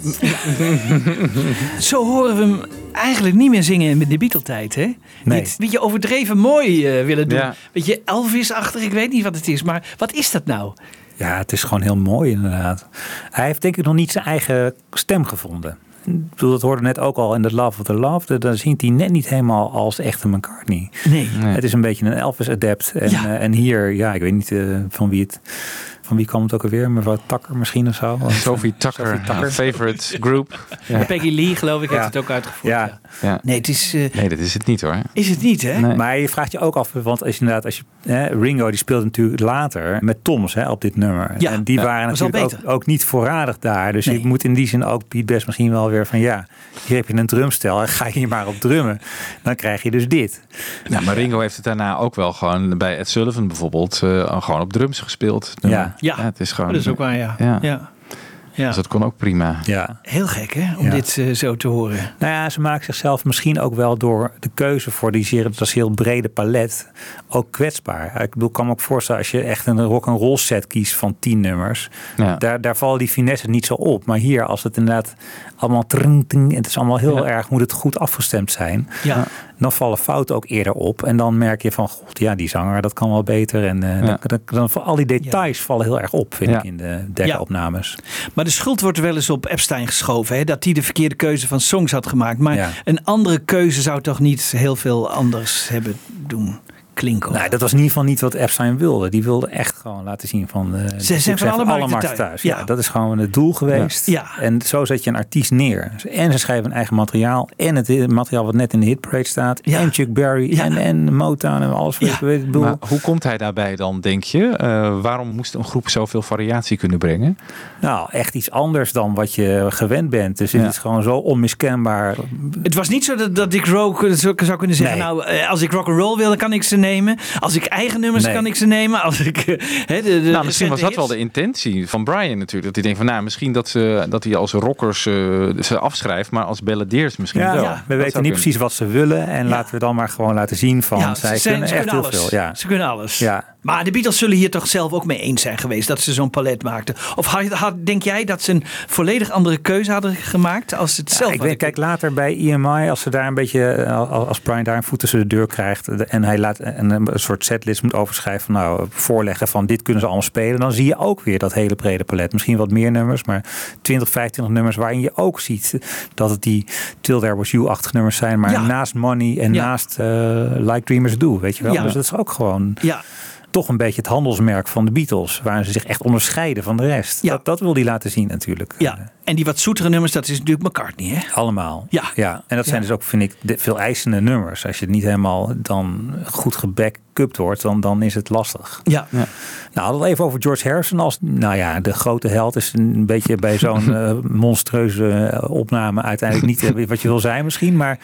Speaker 3: Zo horen we hem eigenlijk niet meer zingen in de Beatle-tijd, hè?
Speaker 4: Nee.
Speaker 3: Dit beetje overdreven mooi uh, willen doen.
Speaker 2: Ja.
Speaker 3: Beetje Elvis-achtig, ik weet niet wat het is. Maar wat is dat nou?
Speaker 4: Ja, het is gewoon heel mooi inderdaad. Hij heeft denk ik nog niet zijn eigen stem gevonden. Ik bedoel, dat hoorde net ook al in The Love of the Love. Dan zingt hij net niet helemaal als echte McCartney.
Speaker 3: Nee.
Speaker 2: Nee.
Speaker 4: Het is een beetje een Elvis-adept. En,
Speaker 3: Ja.
Speaker 4: uh, en hier, ja, ik weet niet uh, van wie het... Van wie kwam het ook alweer? Mevrouw Tucker misschien of zo?
Speaker 2: Sophie Tucker,
Speaker 4: Sophie Tucker.
Speaker 2: ja, favorite group. Ja.
Speaker 3: Peggy Lee, geloof ik, heeft
Speaker 4: Ja.
Speaker 3: het ook uitgevoerd.
Speaker 4: Ja.
Speaker 3: Ja.
Speaker 2: Ja.
Speaker 3: Nee, het is... Uh,
Speaker 2: Nee, dat is het niet hoor.
Speaker 3: is het niet, hè?
Speaker 2: Nee.
Speaker 4: Maar je vraagt je ook af, want als je inderdaad, als je, hè, Ringo die speelde natuurlijk later met Toms hè, op dit nummer.
Speaker 3: Ja,
Speaker 4: en die
Speaker 3: ja,
Speaker 4: waren
Speaker 3: was al
Speaker 4: natuurlijk ook,
Speaker 3: beter.
Speaker 4: ook niet voorradig daar. Dus
Speaker 3: Nee.
Speaker 4: je moet in die zin ook Piet Best misschien wel weer van ja, hier heb je een drumstel en ga je hier maar op drummen. Dan krijg je dus dit.
Speaker 2: Ja, maar Ringo heeft het daarna ook wel gewoon bij Ed Sullivan bijvoorbeeld uh, gewoon op drums gespeeld.
Speaker 4: Ja.
Speaker 3: Ja,
Speaker 2: het is gewoon.
Speaker 3: dat is ook waar, ja.
Speaker 2: Ja.
Speaker 3: ja. ja.
Speaker 2: Dus dat kon ook prima.
Speaker 4: Ja.
Speaker 3: Heel gek, hè? Om
Speaker 4: Ja.
Speaker 3: dit uh, zo te horen.
Speaker 4: Nou ja, ze maakt zichzelf misschien ook wel door de keuze voor die zeer, dat is heel brede palet ook kwetsbaar. Ik bedoel, kan me ook voorstellen als je echt een rock'n'roll set kiest van tien nummers.
Speaker 2: Ja.
Speaker 4: Daar, daar vallen die finessen niet zo op. Maar hier, als het inderdaad allemaal tring, ting, het is allemaal heel
Speaker 2: Ja.
Speaker 4: erg, moet het goed afgestemd zijn.
Speaker 3: Ja.
Speaker 4: Dan vallen fouten ook eerder op. En dan merk je van, god, ja, die zanger, dat kan wel beter. En uh,
Speaker 2: Ja.
Speaker 4: dan, dan, dan, al die details vallen heel erg op, vind
Speaker 2: Ja.
Speaker 4: ik, in de Decca-opnames.
Speaker 3: Maar de schuld wordt wel eens op Epstein geschoven. Hè? Dat hij de verkeerde keuze van songs had gemaakt. Maar
Speaker 4: Ja.
Speaker 3: een andere keuze zou toch niet heel veel anders hebben doen klinken?
Speaker 4: Nou, dat was in ieder geval niet wat Epstein wilde. Die wilde echt gewoon laten zien van... Uh,
Speaker 3: Ze zijn van alle markten
Speaker 4: markten
Speaker 3: thuis.
Speaker 4: thuis.
Speaker 3: Ja.
Speaker 4: Ja, dat is gewoon het doel geweest.
Speaker 3: Ja. Ja.
Speaker 4: En zo zet je een artiest neer. En ze schrijven een eigen materiaal. En het materiaal wat net in de hitparade staat.
Speaker 3: Ja.
Speaker 4: En Chuck Berry.
Speaker 3: Ja.
Speaker 4: En, en Motown en alles.
Speaker 3: Ja.
Speaker 4: Ik weet, ik bedoel,
Speaker 2: Maar hoe komt hij daarbij dan, denk je? Uh, waarom moest een groep zoveel variatie kunnen brengen?
Speaker 4: nou, echt iets anders dan wat je gewend bent. Dus het
Speaker 2: Ja.
Speaker 4: is gewoon zo onmiskenbaar.
Speaker 3: Het was niet zo dat, dat ik rock zou kunnen zeggen.
Speaker 4: Nee.
Speaker 3: Nou, eh, als ik rock and roll wil, dan kan ik ze nemen. Als ik eigen nummers
Speaker 4: Nee.
Speaker 3: kan ik ze nemen. Als ik, eh, hè, de, de
Speaker 2: Nou, misschien was dat
Speaker 3: recente
Speaker 2: wel de
Speaker 3: hits.
Speaker 2: intentie van Brian natuurlijk. Dat hij denkt van, nou, misschien dat, ze, dat hij als rockers uh, ze afschrijft, maar als balladeers misschien
Speaker 4: Ja,
Speaker 2: wel.
Speaker 3: ja.
Speaker 4: we
Speaker 2: Dat
Speaker 4: weten
Speaker 2: zou
Speaker 4: niet
Speaker 2: kunnen.
Speaker 4: precies wat ze willen. En
Speaker 3: Ja.
Speaker 4: laten we dan maar gewoon laten zien van...
Speaker 3: Ja,
Speaker 4: zij
Speaker 3: ze, zijn,
Speaker 4: kunnen
Speaker 3: ze
Speaker 4: echt
Speaker 3: kunnen
Speaker 4: heel
Speaker 3: alles.
Speaker 4: veel. Ja.
Speaker 3: Ze kunnen alles.
Speaker 4: Ja.
Speaker 3: Maar de Beatles zullen hier toch zelf ook mee eens zijn geweest dat ze zo'n palet maakten. Of had, had, denk jij dat ze een volledig andere keuze hadden gemaakt als ze het zelf
Speaker 4: Ja, ik
Speaker 3: hadden?
Speaker 4: weet, kijk, later bij E M I, als ze daar een beetje, eh, als Brian daar een voet tussen de deur krijgt en hij laat een, een soort setlist moet overschrijven, van, nou, voorleggen van dit kunnen ze allemaal spelen, dan zie je ook weer dat hele brede palet. Misschien wat meer nummers, maar twintig, vijfentwintig nummers waarin je ook ziet dat het die Till There Was You-achtige nummers zijn, maar
Speaker 3: Ja.
Speaker 4: naast Money en
Speaker 3: Ja.
Speaker 4: naast uh, Like Dreamers Do, weet je wel.
Speaker 3: Ja.
Speaker 4: Dus dat is ook gewoon...
Speaker 3: Ja.
Speaker 4: toch een beetje het handelsmerk van de Beatles, waar ze zich echt onderscheiden van de rest.
Speaker 3: Ja.
Speaker 4: Dat, dat wil hij laten zien natuurlijk.
Speaker 3: Ja, en die wat zoetere nummers, dat is natuurlijk McCartney, hè?
Speaker 4: Allemaal.
Speaker 3: Ja.
Speaker 4: ja. En dat zijn
Speaker 3: Ja.
Speaker 4: dus ook, vind ik, de, veel eisende nummers. Als je het niet helemaal dan goed gebackupt wordt, dan, dan is het lastig.
Speaker 3: Ja.
Speaker 2: Ja.
Speaker 4: Nou, hadden we even over George Harrison als, nou ja, de grote held is een beetje bij zo'n uh, monstrueuze opname uiteindelijk niet uh, wat je wil zijn misschien. Maar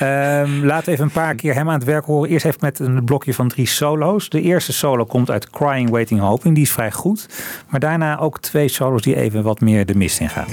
Speaker 4: um, laten we even een paar keer hem aan het werk horen. Eerst even met een blokje van drie solo's. De eerste solo komt uit Crying, Waiting, Hoping. Die is vrij goed. Maar daarna ook twee solo's die even wat meer de mist in gaan.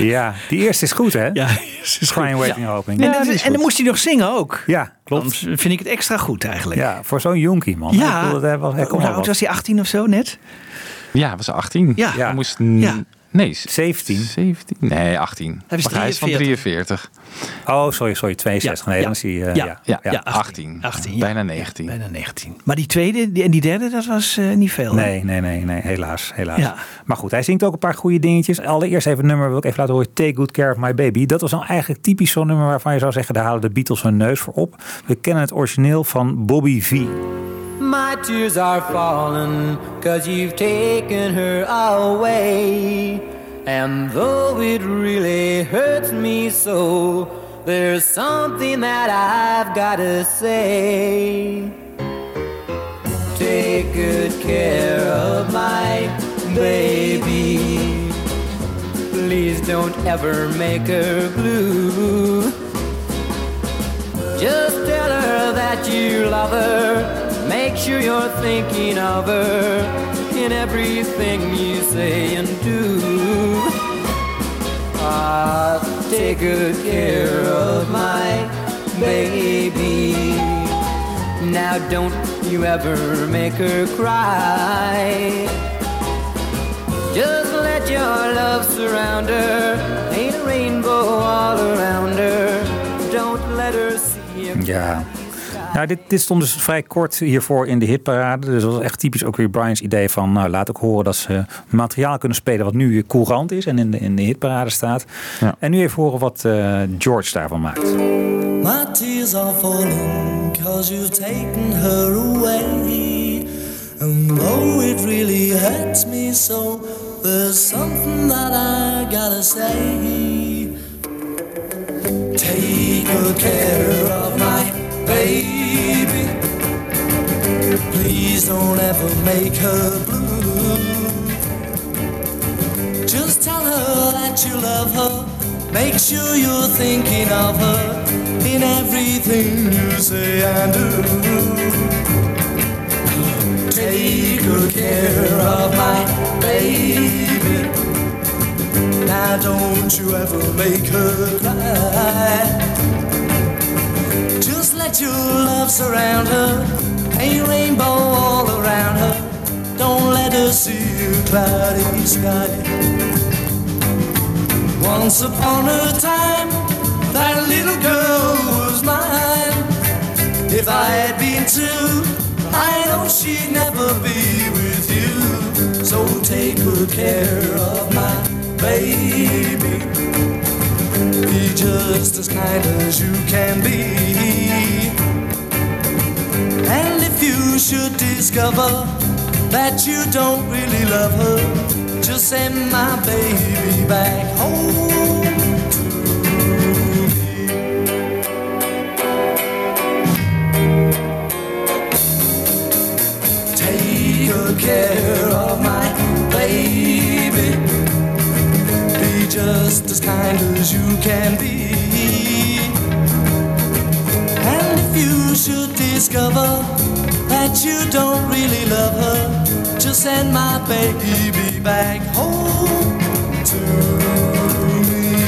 Speaker 4: Ja, die eerste is goed, hè?
Speaker 3: Ja, is
Speaker 4: Crying, Waiting,
Speaker 3: ja.
Speaker 4: Hoping.
Speaker 3: En,
Speaker 2: Ja, die
Speaker 3: en,
Speaker 2: is
Speaker 3: en dan
Speaker 2: goed.
Speaker 3: moest hij nog zingen ook.
Speaker 4: Ja, klopt.
Speaker 3: Dan vind ik het extra goed eigenlijk.
Speaker 4: Ja, voor zo'n jonkie, man.
Speaker 3: Ja.
Speaker 4: Ik bedoel, dat hij was, hij kon
Speaker 3: Hoe
Speaker 4: wel
Speaker 3: oud
Speaker 4: wat.
Speaker 3: was hij? achttien of zo net?
Speaker 2: Ja, was achttien.
Speaker 3: Ja.
Speaker 2: Hij moest...
Speaker 3: Ja.
Speaker 2: Nee,
Speaker 4: zeventien.
Speaker 2: zeventien? Nee, achttien.
Speaker 3: Hij is
Speaker 2: Maar hij is van drieënveertig.
Speaker 4: Oh, sorry, sorry, tweeënzestig. Nee,
Speaker 3: Ja.
Speaker 4: dan is hij... uh,
Speaker 3: Ja.
Speaker 4: ja.
Speaker 2: Ja,
Speaker 3: Ja,
Speaker 2: achttien.
Speaker 3: achttien, ja.
Speaker 2: Bijna negentien.
Speaker 3: Bijna negentien. Maar die tweede die, en die derde, dat was uh, niet veel. hè?
Speaker 4: Nee, nee, nee, nee, helaas, helaas.
Speaker 3: Ja.
Speaker 4: Maar goed, hij zingt ook een paar goede dingetjes. Allereerst even een nummer, wil ik even laten horen. Take Good Care of My Baby. Dat was dan eigenlijk typisch zo'n nummer waarvan je zou zeggen, daar halen de Beatles hun neus voor op. We kennen het origineel van Bobby V.
Speaker 11: My tears are falling, cause you've taken her away. And though it really hurts me so, there's something that I've gotta say. Take good care of my baby. Please don't ever make her blue. Just tell her that you love her. Make sure you're thinking of her in everything you say and do. Ah, take good care of my baby. Now don't you ever make her cry. Just let your love surround her. Ain't a rainbow all around her. Don't let her see a
Speaker 4: Ja. Nou, dit, dit stond dus vrij kort hiervoor in de hitparade. Dus dat was echt typisch ook weer Brian's idee van... nou, laat ook horen dat ze materiaal kunnen spelen wat nu courant is... en in de, in de hitparade staat. Ja. En nu even horen wat uh, George daarvan maakt.
Speaker 11: My tears are falling cause you've taken her away. And though it really hurts me so, there's something that I gotta say. Take good care of my baby. Please don't ever make her blue. Just tell her that you love her. Make sure you're thinking of her in everything you say and do. Take good care of my baby. Now don't you ever make her cry. Just let your love surround her. A rainbow all around her. Don't let her see a cloudy sky. Once upon a time, that little girl was mine. If I had been two, I know she'd never be with you. So take good care of my baby. Be just as kind as you can be. And if you should discover that you don't really love her, just send my baby back home to me. Take good care of my baby. Be just as kind as you can be. And if you should discover that you don't really love her, just send my baby back home to me.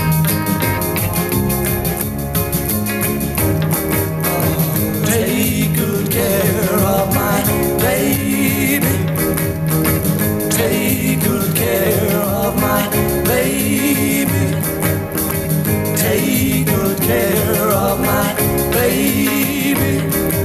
Speaker 11: Oh, take good care of my baby. Take good care of my baby. Take good care of my baby.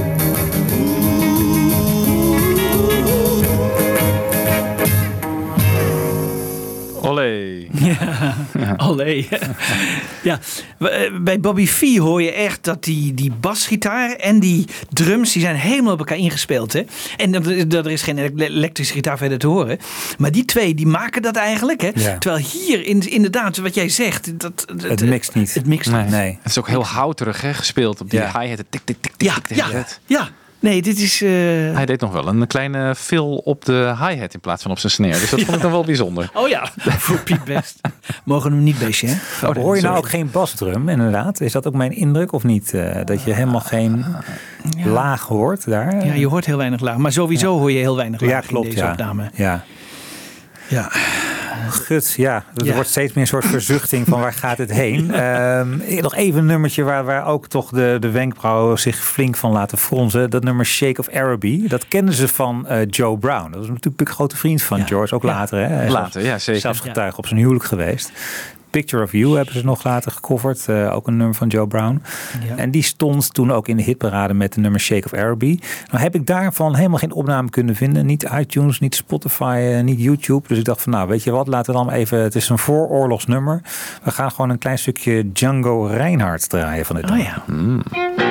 Speaker 2: Olé.
Speaker 3: Ja, ja. Olé. Ja, bij Bobby V hoor je echt dat die, die basgitaar en die drums, die zijn helemaal op elkaar ingespeeld. Hè? En er is geen elektrische gitaar verder te horen. Maar die twee, die maken dat eigenlijk. Hè? Ja. Terwijl hier in, inderdaad, wat jij zegt, dat,
Speaker 4: het, het mixt niet.
Speaker 3: Het mixt
Speaker 2: nee.
Speaker 3: niet.
Speaker 2: Nee. Het is ook heel houterig hè, gespeeld op die ja. hi-hat. Tik, tik, tik, tik,
Speaker 3: ja,
Speaker 2: tik,
Speaker 3: ja, ja, ja. Nee, dit is... Uh...
Speaker 2: Hij deed nog wel een kleine fill op de hi-hat in plaats van op zijn snare. Dus dat ja. vond ik dan wel bijzonder.
Speaker 3: Oh ja, voor Piet Best. Mogen we hem niet beestje, hè?
Speaker 4: Oh, hoor je nou ook geen basdrum, inderdaad? Is dat ook mijn indruk of niet? Uh, dat je helemaal geen ja. laag hoort daar?
Speaker 3: Ja, je hoort heel weinig laag. Maar sowieso ja. hoor je heel weinig laag
Speaker 4: ja, klopt,
Speaker 3: in deze
Speaker 4: ja.
Speaker 3: opname.
Speaker 4: Ja.
Speaker 3: Ja.
Speaker 4: Gut, ja. Er
Speaker 3: Ja.
Speaker 4: wordt steeds meer een soort verzuchting van waar gaat het heen. Um, nog even een nummertje waar, waar ook toch de, de wenkbrauwen zich flink van laten fronsen. Dat nummer Shake of Araby. Dat kenden ze van uh, Joe Brown. Dat was natuurlijk een grote vriend van
Speaker 3: Ja.
Speaker 4: George. Ook
Speaker 3: Ja.
Speaker 4: later. Hè? Hij is
Speaker 2: Later, ja, zeker.
Speaker 4: Zelfs getuige op zijn huwelijk geweest. Picture of You hebben ze nog later gecoverd. Uh, ook een nummer van Joe Brown.
Speaker 3: Ja.
Speaker 4: En die stond toen ook in de hitparade met de nummer Shake of Araby. Nou heb ik daarvan helemaal geen opname kunnen vinden. Niet iTunes, niet Spotify, uh, niet YouTube. Dus ik dacht van nou, weet je wat, laten we dan even... Het is een vooroorlogsnummer. We gaan gewoon een klein stukje Django Reinhardt draaien van dit
Speaker 3: Oh
Speaker 4: nummer.
Speaker 3: ja.
Speaker 2: Mm.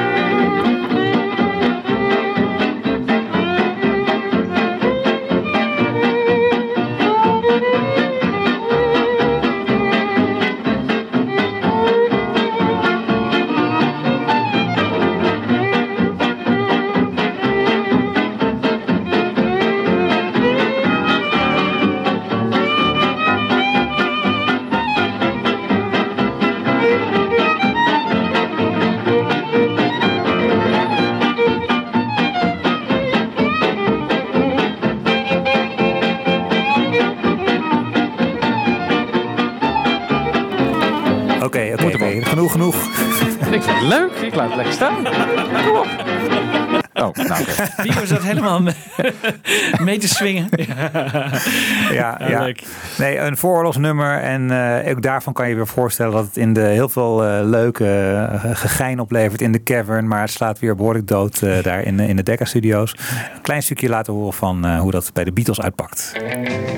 Speaker 4: Oké, oké, oké. Genoeg, genoeg.
Speaker 2: Ik vind het leuk. Ik laat het lekker staan. Kom op. Oh, nou oké.
Speaker 3: Wie zat helemaal mee, mee te swingen.
Speaker 4: Ja,
Speaker 3: Ja,
Speaker 4: ja.
Speaker 3: leuk.
Speaker 4: Nee, een vooroorlogsnummer. En uh, ook daarvan kan je weer voorstellen dat het in de heel veel uh, leuke uh, gegein oplevert in de cavern. Maar het slaat weer behoorlijk dood uh, daar in, in de Decca Studios. Een klein stukje laten horen van uh, hoe dat bij de Beatles uitpakt.
Speaker 1: Well,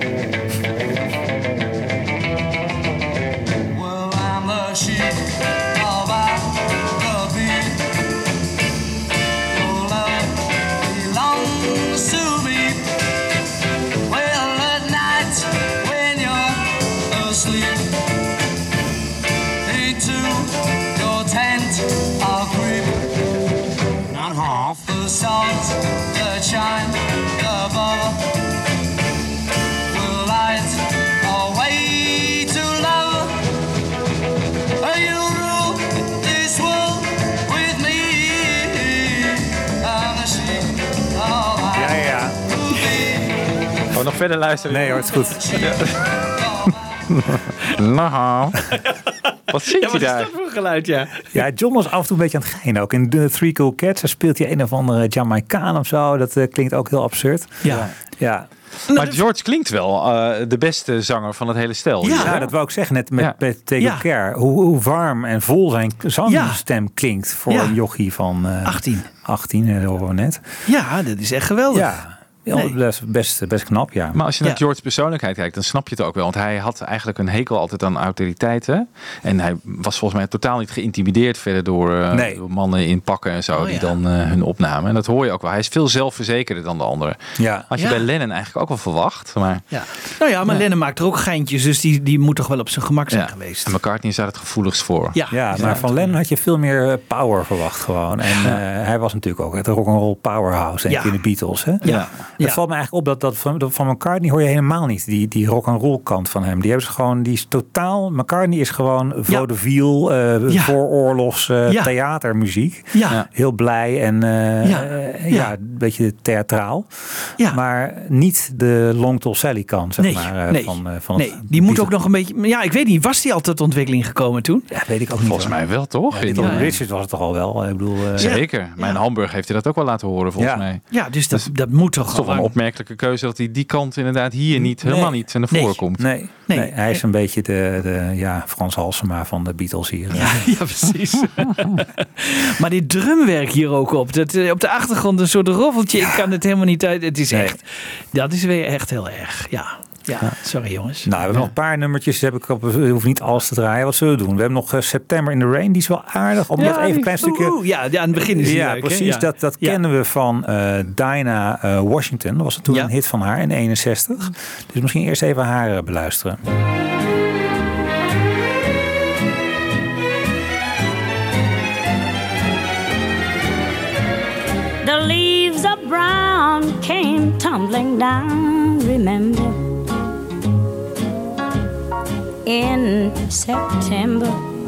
Speaker 1: I'm the sheep of the beat. Your love belongs to me. Well, at night when you're asleep, into your tent I'll creep. Not half the stars that shine above will light our way to love. You rule this world with me. I'm the sheep of
Speaker 4: Ja, ja.
Speaker 2: Oh, nog verder luisteren?
Speaker 4: Nee hoor, het is goed.
Speaker 2: Nou, wat zingt hij daar?
Speaker 3: voor geluid, ja.
Speaker 4: Ja, John was af en toe een beetje aan het geinen ook. In The Three Cool Cats daar speelt hij een of andere Jamaicaan of zo. Dat uh, klinkt ook heel absurd.
Speaker 3: Ja.
Speaker 4: Ja.
Speaker 2: Maar George klinkt wel uh, de beste zanger van het hele stel.
Speaker 3: Ja.
Speaker 4: Ja, dat wou ik zeggen net met,
Speaker 2: Ja.
Speaker 4: met Take
Speaker 3: Ja.
Speaker 4: Good Care. Hoe, hoe warm en vol zijn zangstem klinkt voor
Speaker 3: Ja.
Speaker 4: een jochie van uh,
Speaker 3: achttien.
Speaker 4: achttien, dat horen we net.
Speaker 3: Ja, dat is echt geweldig.
Speaker 4: Ja, ja
Speaker 3: Nee.
Speaker 4: best, best, best knap, ja.
Speaker 2: Maar als je naar
Speaker 3: Ja.
Speaker 2: George's persoonlijkheid kijkt, dan snap je het ook wel. Want hij had eigenlijk een hekel altijd aan autoriteiten. En hij was volgens mij totaal niet geïntimideerd verder door, uh,
Speaker 4: Nee.
Speaker 2: door mannen in pakken en zo.
Speaker 3: Oh,
Speaker 2: die
Speaker 3: ja.
Speaker 2: dan uh, hun opnamen. En dat hoor je ook wel. Hij is veel zelfverzekerder dan de anderen.
Speaker 4: Ja.
Speaker 2: Had je
Speaker 3: Ja.
Speaker 2: bij Lennon eigenlijk ook wel verwacht. Maar
Speaker 3: Ja. Nou ja, maar Lennon maakt er ook geintjes, dus die, die moet toch wel op zijn gemak zijn
Speaker 2: ja.
Speaker 3: geweest.
Speaker 2: En McCartney is daar het gevoeligst voor.
Speaker 3: Ja,
Speaker 4: Ja, maar van Lennon had je veel meer uh, power verwacht gewoon. En uh, hij was natuurlijk ook het rock'n'roll powerhouse denk ik,
Speaker 3: Ja.
Speaker 4: in de Beatles. Hè?
Speaker 3: Ja.
Speaker 4: Het
Speaker 3: Ja.
Speaker 4: valt me eigenlijk op dat, dat van, dat van McCartney hoor je helemaal niet. Die, die rock'n'roll kant van hem. Die hebben ze gewoon, die is totaal, McCartney is gewoon vaudeville, uh,
Speaker 3: Ja.
Speaker 4: vooroorlogs uh,
Speaker 3: Ja.
Speaker 4: theatermuziek.
Speaker 3: Ja.
Speaker 2: Ja.
Speaker 4: Heel blij en uh,
Speaker 3: Ja.
Speaker 4: uh,
Speaker 3: Ja.
Speaker 4: ja, een beetje theatraal.
Speaker 3: Ja.
Speaker 4: Maar niet de Long Tall Sally kant, zeg
Speaker 3: Nee,
Speaker 4: maar. Uh,
Speaker 3: nee,
Speaker 4: van, uh, van
Speaker 3: nee,
Speaker 4: het
Speaker 3: die moet
Speaker 4: Beatles.
Speaker 3: ook nog een beetje... Ja, ik weet niet, was die al tot ontwikkeling gekomen toen?
Speaker 4: Ja, weet ik ook niet.
Speaker 2: Volgens
Speaker 4: hoor.
Speaker 2: mij wel, toch?
Speaker 4: Ja, Little
Speaker 3: Ja, ja.
Speaker 4: Richard was het toch al wel. Ik bedoel, uh,
Speaker 2: Zeker. Maar in Hamburg heeft hij dat ook wel laten horen, volgens
Speaker 4: Ja.
Speaker 2: mij.
Speaker 3: Ja, dus dat, dat moet toch
Speaker 2: Het is toch wel een
Speaker 3: gewoon...
Speaker 2: opmerkelijke keuze dat hij die kant inderdaad hier niet,
Speaker 4: Nee.
Speaker 2: helemaal niet naar voren
Speaker 3: Nee.
Speaker 2: komt.
Speaker 4: Nee,
Speaker 3: Nee.
Speaker 4: nee. hij is een beetje de, de ja, Frans Halsema van de Beatles hier.
Speaker 3: Ja, ja, precies. Maar die drumwerk hier ook op. Dat, eh, op de achtergrond een soort roffeltje. Ik kan het helemaal niet uit. Het is
Speaker 4: Nee.
Speaker 3: echt... Dat is weer echt heel erg. Ja, ja. Sorry jongens.
Speaker 4: Nou, we hebben nog een paar nummertjes. Heb ik op, we hoeven niet alles te draaien. Wat zullen we doen? We hebben nog uh, September in the Rain. Die is wel aardig. Om nog even een klein stukje...
Speaker 3: Oeh, oeh, ja, ja, aan het begin is die
Speaker 4: Ja,
Speaker 3: leuk, hè?
Speaker 4: precies.
Speaker 3: Ja.
Speaker 4: Dat, dat
Speaker 3: Ja.
Speaker 4: kennen we van uh, Dinah uh, Washington. Dat was toen
Speaker 3: Ja.
Speaker 4: een hit van haar in eenenzestig. Dus misschien eerst even haar uh, beluisteren.
Speaker 5: The leaves of brown came tumbling down, remember, in September,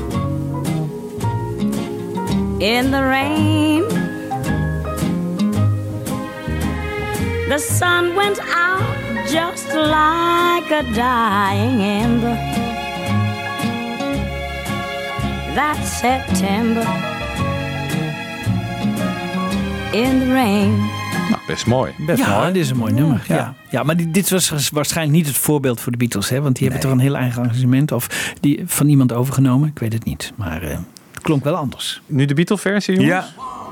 Speaker 5: in the rain. The sun went out just like a dying ember. That September in the rain.
Speaker 2: Nou, best mooi.
Speaker 3: Best ja, mooi. Dit is een mooi nummer. Ja, ja. ja maar die, dit was waarschijnlijk niet het voorbeeld voor de Beatles, hè? Want die nee. hebben toch een heel eigen arrangement of die van iemand overgenomen. Ik weet het niet, maar uh, het klonk wel anders.
Speaker 2: Nu de Beatle-versie, jongens?
Speaker 3: Ja.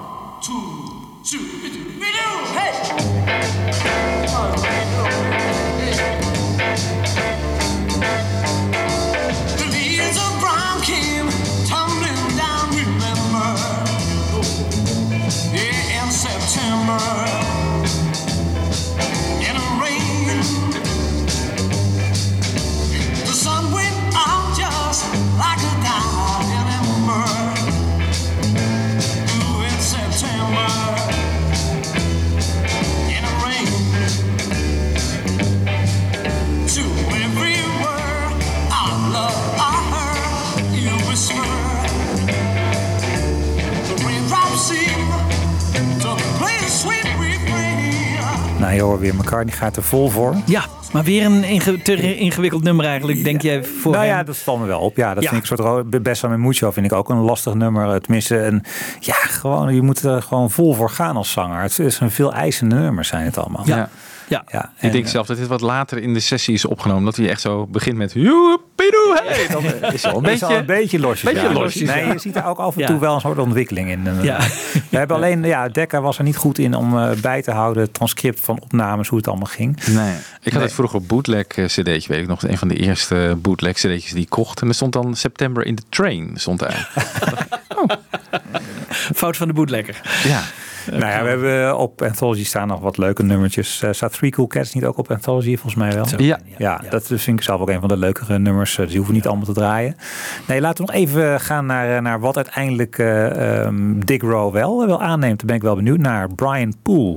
Speaker 4: Nou, je hoort weer, McCartney gaat er vol voor.
Speaker 3: Ja, maar weer een inge- te ingewikkeld nummer eigenlijk, denk jij voor
Speaker 4: Nou
Speaker 3: hem?
Speaker 4: ja, dat valt me wel op. Ja, dat ja. vind ik een soort Best van Mucho vind ik ook een lastig nummer. Tenminste, een, ja, gewoon, je moet er gewoon vol voor gaan als zanger. Het is een veel eisende nummers zijn het allemaal.
Speaker 2: Ja.
Speaker 3: Ja.
Speaker 2: ja en, ik denk zelf dat dit wat later in de sessie is opgenomen. Dat hij echt zo begint met joepidoe, hey. Dan is al een beetje,
Speaker 4: al een beetje losjes.
Speaker 2: Beetje
Speaker 4: ja.
Speaker 2: losjes
Speaker 4: nee,
Speaker 2: ja.
Speaker 4: je ziet er ook af en toe ja. wel een soort ontwikkeling in.
Speaker 3: Ja.
Speaker 4: We hebben alleen, ja, Decca was er niet goed in om uh, bij te houden het transcript van opnames, hoe het allemaal ging.
Speaker 2: Nee. Ik had
Speaker 4: nee.
Speaker 2: het vroeger op bootleg cd'tje, weet ik nog, een van de eerste bootleg cd'tjes die ik kocht. En er stond dan September in the Train, stond daar.
Speaker 3: oh. Fout van de bootlegger.
Speaker 2: Ja.
Speaker 4: Nou ja, we hebben op Anthology staan nog wat leuke nummertjes. Uh, staat Three Cool Cats niet ook op Anthology, volgens mij wel?
Speaker 2: Ja. Ja,
Speaker 4: ja, dat vind ik zelf ook een van de leukere nummers. Dus die hoeven niet allemaal te draaien. Nee, laten we nog even gaan naar, naar wat uiteindelijk uh, um, Dick Rowe wel, wel aanneemt. Daar ben ik wel benieuwd naar. Brian Poole.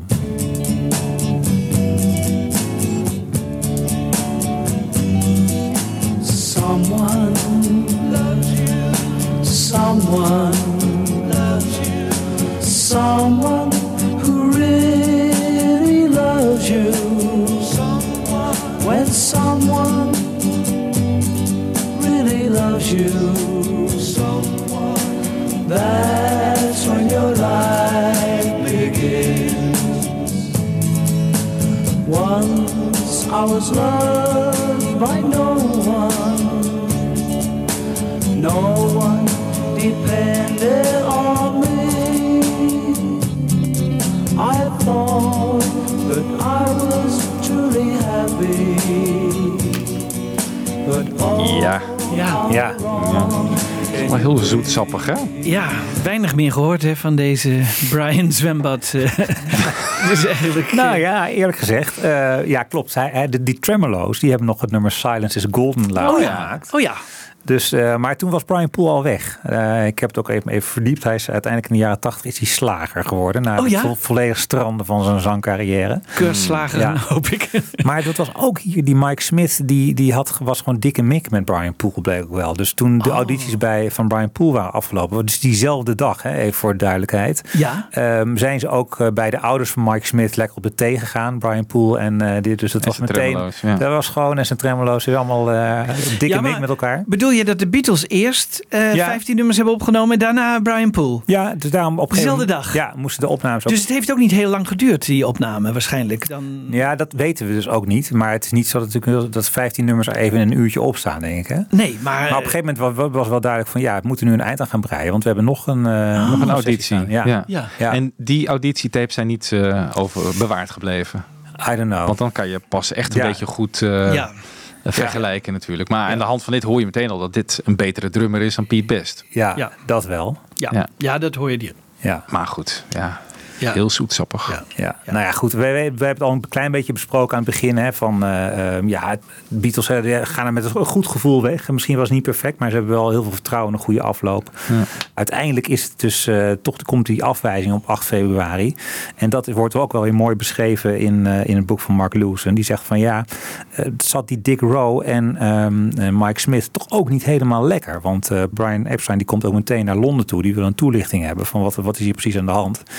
Speaker 11: Someone loves you. Someone loves you. Someone who really loves you. Someone. When someone really loves you. Someone. That's when your life begins. Once I was loved by no one. No one depended on me. I thought that I was truly happy. But all
Speaker 2: ja.
Speaker 3: Ja.
Speaker 4: Ja.
Speaker 2: ja. Maar heel zoetsappig, hè?
Speaker 3: Ja, weinig meer gehoord hè, van deze Brian Zwembad. Dus eigenlijk,
Speaker 4: nou ja, eerlijk gezegd. Uh, ja, klopt. Hij, hij, de, die Tremolo's, die hebben nog het nummer Silence is Golden laten
Speaker 3: oh, ja.
Speaker 4: gemaakt.
Speaker 3: Oh ja.
Speaker 4: Dus, uh, maar toen was Brian Poole al weg. Uh, ik heb het ook even, even verdiept. Hij is uiteindelijk in de jaren tachtig is hij slager geworden. Na
Speaker 3: oh, ja?
Speaker 4: het vo- volledig stranden van zijn zangcarrière.
Speaker 3: Keursslager, ja. hoop ik.
Speaker 4: Maar dat was ook hier, die Mike Smith, die, die had, was gewoon dikke mik met Brian Poole, bleek ook wel. Dus toen de audities oh. bij, van Brian Poole waren afgelopen, dus diezelfde dag, hè, even voor de duidelijkheid,
Speaker 3: ja?
Speaker 4: um, zijn ze ook uh, bij de ouders van Mike Smith lekker op de thee gegaan, Brian Poole en uh, dit. Dus dat en was meteen, ja. dat was gewoon, en zijn tremolo's, allemaal uh, dikke ja, mik met elkaar.
Speaker 3: Bedoel je dat de Beatles eerst uh, ja. vijftien nummers hebben opgenomen en daarna Brian Poole?
Speaker 4: Ja, dus daarom op
Speaker 3: dezelfde dag.
Speaker 4: Ja, moesten de opnames ook.
Speaker 3: Dus het heeft ook niet heel lang geduurd, die opname waarschijnlijk. Dan...
Speaker 4: Ja, dat weten we dus ook niet. Maar het is niet zo dat, natuurlijk, dat vijftien nummers er even in een uurtje opstaan, denk ik. Hè?
Speaker 3: Nee, maar...
Speaker 4: Maar op een gegeven moment was, was wel duidelijk van, ja, we moeten nu een eind aan gaan breien. Want we hebben nog een, uh,
Speaker 2: oh, nog een auditie.
Speaker 4: Ja.
Speaker 2: Ja. Ja. Ja. En die auditietapes zijn niet uh, over bewaard gebleven.
Speaker 4: I don't know.
Speaker 2: Want dan kan je pas echt een ja. beetje goed... Uh, ja. vergelijken ja. natuurlijk. Maar ja. aan de hand van dit hoor je meteen al dat dit een betere drummer is dan Pete Best.
Speaker 4: Ja, ja. dat wel.
Speaker 3: Ja. Ja. ja, dat hoor je hier.
Speaker 4: Ja.
Speaker 2: Maar goed, ja.
Speaker 4: Ja.
Speaker 2: Heel zoetsappig.
Speaker 4: Ja. Ja. Ja. Nou ja, goed. We, we, we hebben het al een klein beetje besproken aan het begin. Hè, van uh, uh, ja, Beatles uh, gaan er met een goed gevoel weg. Misschien was het niet perfect, maar ze hebben wel heel veel vertrouwen in een goede afloop. Ja. Uiteindelijk is het dus uh, toch komt die afwijzing op acht februari. En dat wordt ook wel weer mooi beschreven in, uh, in het boek van Mark Lewis. En die zegt van ja, uh, zat die Dick Rowe en um, uh, Mike Smith toch ook niet helemaal lekker. Want uh, Brian Epstein die komt ook meteen naar Londen toe. Die wil een toelichting hebben van wat, wat is hier precies aan de hand.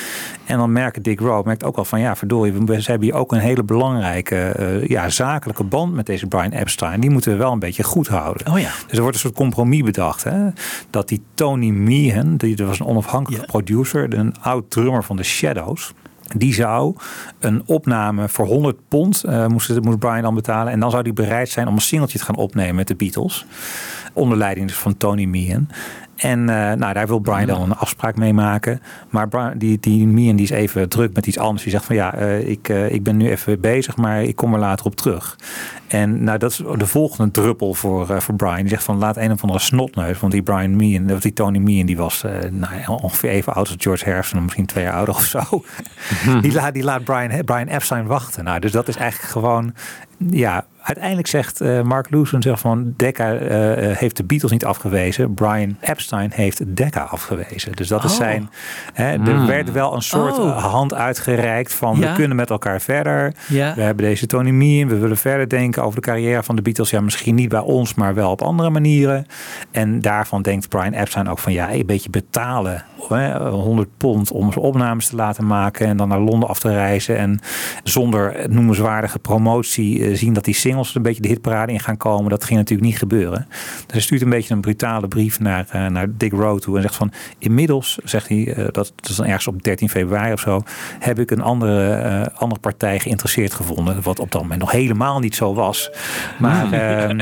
Speaker 4: En dan merkt Dick Rowe merkt ook al van ja, verdorie, we, ze hebben hier ook een hele belangrijke uh, ja, zakelijke band met deze Brian Epstein. Die moeten we wel een beetje goed houden.
Speaker 3: Oh ja.
Speaker 4: Dus er wordt een soort compromis bedacht. Hè? Dat die Tony Meehan, die was een onafhankelijke yeah. producer, een oud drummer van de Shadows. Die zou een opname voor honderd pond uh, moest, moest Brian dan betalen. En dan zou hij bereid zijn om een singeltje te gaan opnemen met de Beatles. Onder leiding dus van Tony Meehan. En uh, nou, daar wil Brian dan een afspraak mee maken. Maar Brian, die, die Meehan die is even druk met iets anders. Die zegt van ja, uh, ik, uh, ik ben nu even bezig, maar ik kom er later op terug. En nou, dat is de volgende druppel voor, uh, voor Brian. Die zegt van laat een of andere snotneus. Want die Brian Meehan, of die Tony Meehan, die was uh, nou, ongeveer even oud als George Harrison. Misschien twee jaar ouder of zo. die, laat, die laat Brian, Brian Epstein wachten. Nou, dus dat is eigenlijk gewoon... Ja, uiteindelijk zegt uh, Mark Lewson zegt van Decca uh, heeft de Beatles niet afgewezen. Brian Epstein heeft Decca afgewezen. Dus dat is oh. zijn... Hè, mm. Er werd wel een soort oh. hand uitgereikt van ja. we kunnen met elkaar verder. Ja. We hebben deze Tony Meehan. We willen verder denken over de carrière van de Beatles. Ja, misschien niet bij ons, maar wel op andere manieren. En daarvan denkt Brian Epstein ook van ja, een beetje betalen. Hè, honderd pond om zijn opnames te laten maken en dan naar Londen af te reizen. En zonder noemenswaardige promotie zien dat die singles een beetje de hitparade in gaan komen. Dat ging natuurlijk niet gebeuren. Dus hij stuurt een beetje een brutale brief naar, uh, naar Dick Rowe toe en zegt van inmiddels, zegt hij, uh, dat, dat is dan ergens op dertien februari of zo, heb ik een andere, uh, andere partij geïnteresseerd gevonden. Wat op dat moment nog helemaal niet zo was. Maar uh,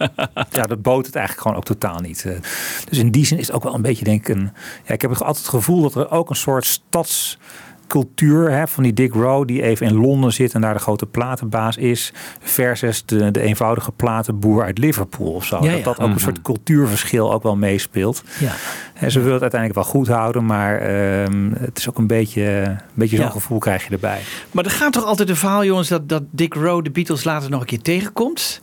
Speaker 4: ja, dat bood het eigenlijk gewoon ook totaal niet. Uh, dus in die zin is het ook wel een beetje, denk ik, een, ja, ik heb altijd het gevoel dat er ook een soort stads cultuur hè, van die Dick Rowe die even in Londen zit en daar de grote platenbaas is versus de, de eenvoudige platenboer uit Liverpool of zo. Ja, ja. Dat dat ook mm-hmm. een soort cultuurverschil ook wel meespeelt. Ja. En ze willen het uiteindelijk wel goed houden, maar um, het is ook een beetje, een beetje zo'n ja. gevoel krijg je erbij.
Speaker 3: Maar er gaat toch altijd een verhaal, jongens, dat, dat Dick Rowe de Beatles later nog een keer tegenkomt?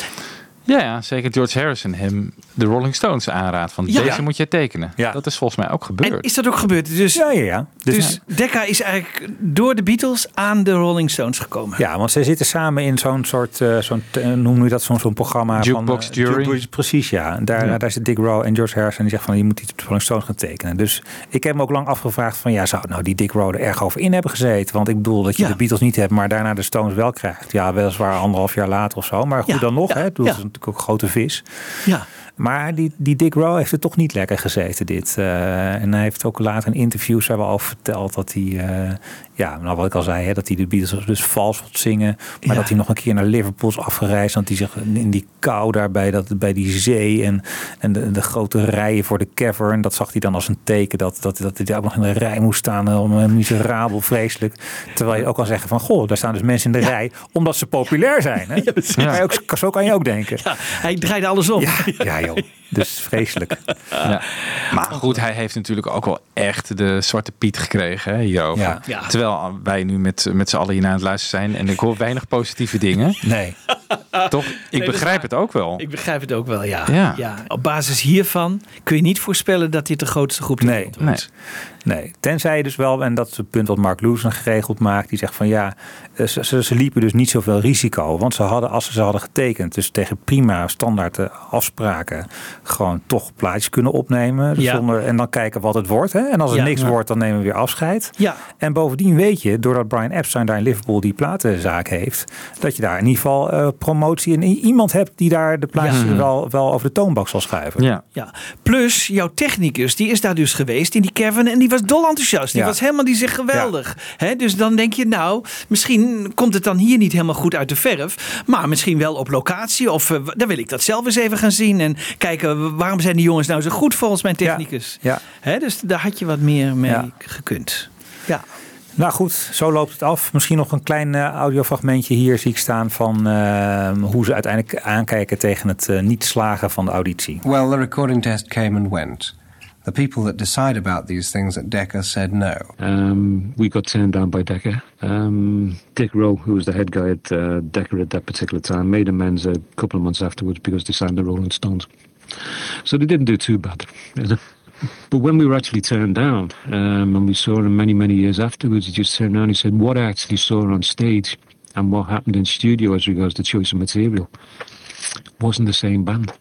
Speaker 2: Ja, ja, zeker George Harrison hem de Rolling Stones aanraadt van ja. deze moet je tekenen. Ja. Dat is volgens mij ook gebeurd.
Speaker 3: En is dat ook gebeurd? Dus,
Speaker 4: ja, ja, ja.
Speaker 3: Dus, dus ja. Decca is eigenlijk door de Beatles aan de Rolling Stones gekomen.
Speaker 4: Ja, want zij zitten samen in zo'n soort, uh, zo'n, uh, noem je dat, zo'n, zo'n programma.
Speaker 2: Jukebox
Speaker 4: van,
Speaker 2: uh, Jury.
Speaker 4: Jukebox, precies, ja. En daar, ja. daar zit Dick Rowe en George Harrison die zegt van je moet die Rolling Stones gaan tekenen. Dus ik heb me ook lang afgevraagd van ja, zou nou die Dick Rowe er erg over in hebben gezeten? Want ik bedoel dat je ja. de Beatles niet hebt, maar daarna de Stones wel krijgt. Ja, weliswaar anderhalf jaar later of zo. Maar goed ja. dan nog, ja. hè. Dat is ja. natuurlijk ook een grote vis.
Speaker 3: Ja.
Speaker 4: Maar die, die Dick Rowe heeft er toch niet lekker gezeten dit. Uh, en hij heeft ook later in interviews daar wel over verteld dat hij, uh, ja, nou wat ik al zei, hè, dat hij de Beatles dus vals wilt zingen. Maar ja. dat hij nog een keer naar Liverpool is afgereisd. Want hij zich in die kou daar bij, dat, bij die zee en, en de, de grote rijen voor de cavern. Dat zag hij dan als een teken dat, dat, dat hij daar ook nog in de rij moest staan. Om een miserabel, vreselijk. Terwijl je ook kan zeggen van, goh, daar staan dus mensen in de ja. rij omdat ze populair zijn. Hè? Ja, ja. Ook, zo kan je ook denken.
Speaker 3: Ja, hij draaide alles om.
Speaker 4: Ja, ja joh. Dus vreselijk.
Speaker 2: Ja. Maar goed, hij heeft natuurlijk ook wel echt de zwarte Piet gekregen hè, hierover. Ja. Ja. Terwijl wij nu met, met z'n allen hier naar het luisteren zijn en ik hoor weinig positieve dingen.
Speaker 4: Nee.
Speaker 2: Toch? Ik nee, begrijp het ook wel.
Speaker 3: Ik begrijp het ook wel, ja. Ja. ja. Op basis hiervan kun je niet voorspellen dat dit de grootste groep
Speaker 4: nee, wordt. Nee. Nee, tenzij je dus wel, en dat is het punt wat Mark Lewson geregeld maakt, die zegt van ja, ze, ze, ze liepen dus niet zoveel risico. Want ze hadden, als ze ze hadden getekend, dus tegen prima standaard afspraken, gewoon toch plaatjes kunnen opnemen. Ja. Zonder, en dan kijken wat het wordt. Hè? En als het ja, niks ja. wordt, dan nemen we weer afscheid.
Speaker 3: Ja.
Speaker 4: En bovendien weet je, doordat Brian Epstein daar in Liverpool die platenzaak heeft, dat je daar in ieder geval uh, promotie en iemand hebt die daar de plaatjes ja. wel, wel over de toonbank zal schuiven.
Speaker 3: Ja. Ja. Plus, jouw technicus, die is daar dus geweest in die cavern en die was dol enthousiast. Die ja. was helemaal, die zegt geweldig. Ja. He, dus dan denk je, nou, misschien komt het dan hier niet helemaal goed uit de verf. Maar misschien wel op locatie. Of uh, dan wil ik dat zelf eens even gaan zien. En kijken, waarom zijn die jongens nou zo goed volgens mijn technicus? Ja. Ja. He, dus daar had je wat meer mee ja. gekund. Ja.
Speaker 4: Nou goed, zo loopt het af. Misschien nog een klein uh, audiofragmentje hier zie ik staan van uh, hoe ze uiteindelijk aankijken tegen het uh, niet slagen van de auditie.
Speaker 7: Well, the recording test came and went. The people that decide about these things at Decca said no.
Speaker 10: Um, we got turned down by Decca. Um, Dick Rowe, who was the head guy at uh, Decca at that particular time, made amends a couple of months afterwards because they signed the Rolling Stones. So they didn't do too bad. But when we were actually turned down, um, and we saw him many, many years afterwards, he just turned around and he said, what I actually saw on stage and what happened in studio as regards to choice of material wasn't the same band.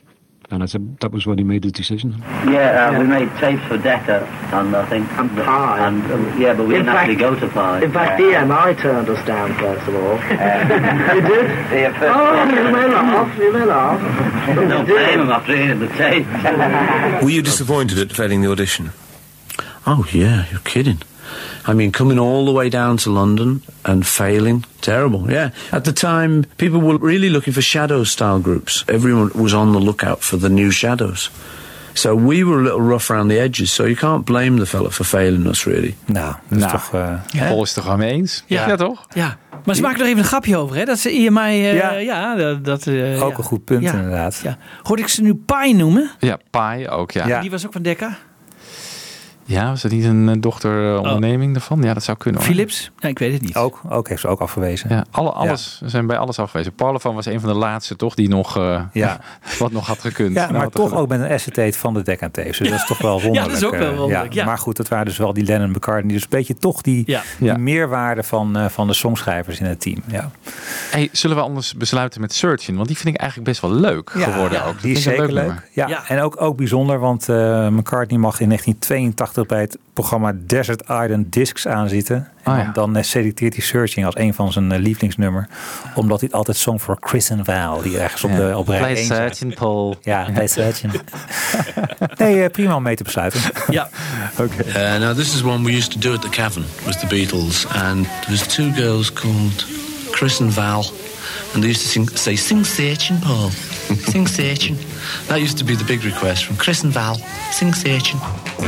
Speaker 10: And I said that was when he made the decision.
Speaker 12: Yeah, uh, yeah. we made tapes for Decca, and I think
Speaker 13: and Pie.
Speaker 12: And uh, yeah, but we
Speaker 13: in
Speaker 12: didn't
Speaker 13: fact,
Speaker 12: actually go to Pie.
Speaker 13: In fact,
Speaker 12: yeah.
Speaker 13: E M I turned us down first of all.
Speaker 12: Um,
Speaker 13: you did?
Speaker 12: Yeah, first
Speaker 13: oh, you may laugh. You may laugh.
Speaker 12: No blame him after hearing the tape.
Speaker 14: Were you disappointed at failing the audition?
Speaker 15: Oh yeah, you're kidding. I mean, coming all the way down to London and failing, terrible, yeah. At the time, people were really looking for Shadows-style groups. Everyone was on the lookout for the new Shadows. So we were a little rough around the edges, so you can't blame the fella for failing us, really.
Speaker 4: Nou, dat is
Speaker 2: nou,
Speaker 4: toch... Uh,
Speaker 2: ja. Paul is het er gewoon mee eens?
Speaker 3: Ja,
Speaker 2: ja toch?
Speaker 3: Ja. Maar ze maken er even een grapje over, hè? Dat ze E M I... Uh,
Speaker 4: ja,
Speaker 3: ja, dat... dat uh,
Speaker 4: ook
Speaker 3: ja.
Speaker 4: een goed punt,
Speaker 3: ja.
Speaker 4: inderdaad.
Speaker 3: Ja. Hoorde ik ze nu Pai noemen?
Speaker 2: Ja, Pai ook, ja. ja.
Speaker 3: Die was ook van Decca.
Speaker 2: Ja, was het niet een uh, dochteronderneming uh, ervan? Ja, dat zou kunnen. Hoor.
Speaker 3: Philips? Nee, ik weet het niet.
Speaker 4: Ook, ook heeft ze ook afgewezen.
Speaker 2: Ja, alle, alles, ja. We zijn bij alles afgewezen. Parlophone was een van de laatste, toch? Die nog, uh,
Speaker 4: ja.
Speaker 2: wat nog had gekund.
Speaker 4: Ja, maar
Speaker 2: nou,
Speaker 4: toch ook met een acetate van de Decca tapes. Dus dat is toch wel wonderlijk.
Speaker 3: Ja, dat is ook wel wonderlijk.
Speaker 4: Ja.
Speaker 3: Ja.
Speaker 4: Maar goed, dat waren dus wel die Lennon McCartney. Dus een beetje toch die,
Speaker 3: ja.
Speaker 4: die
Speaker 2: ja.
Speaker 4: meerwaarde van, uh, van de songschrijvers in het team. Ja.
Speaker 2: Hey, zullen we anders besluiten met Searching? Want die vind ik eigenlijk best wel leuk
Speaker 4: ja,
Speaker 2: geworden
Speaker 4: ja,
Speaker 2: ook.
Speaker 4: Die is zeker leuk. leuk. Ja. ja, en ook, ook bijzonder, want uh, McCartney mag in negentien tweeëntachtig bij het programma Desert Island Discs aanzitten. En
Speaker 2: oh, ja.
Speaker 4: dan uh, selecteert hij Searching als een van zijn uh, lievelingsnummer. Omdat hij het altijd zong voor Chris and Val. Die ergens op, ja. de, op rij
Speaker 2: Play
Speaker 4: één
Speaker 2: Searching, Paul.
Speaker 4: Ja, Play Searching. Nee, uh, prima om mee te besluiten.
Speaker 3: Ja.
Speaker 2: Oké. Okay.
Speaker 15: Uh, now this is one we used to do at the Cavern with the Beatles. And there was two girls called Chris and Val. And they used to sing, say, sing Searching, Paul. Sing Searching. That used to be the big request from Chris and Val. Sing Searching.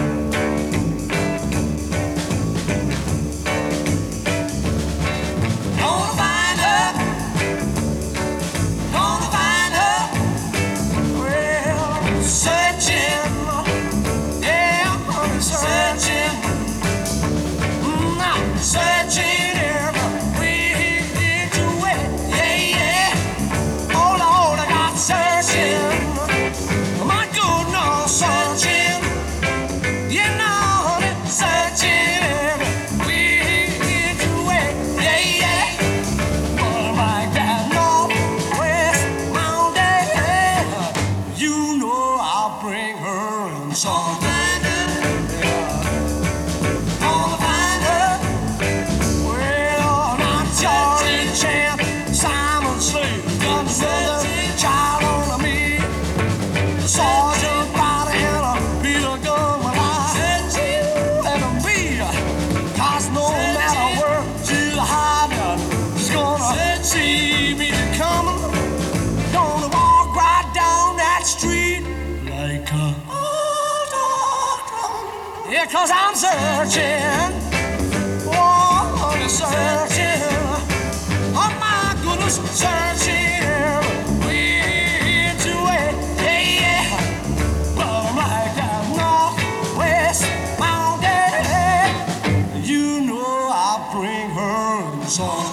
Speaker 11: Cause I'm searching, oh, I'm searching, oh my goodness, searching, which way, yeah, yeah, but I'm like that northwest mountain, you know I'll bring her in song.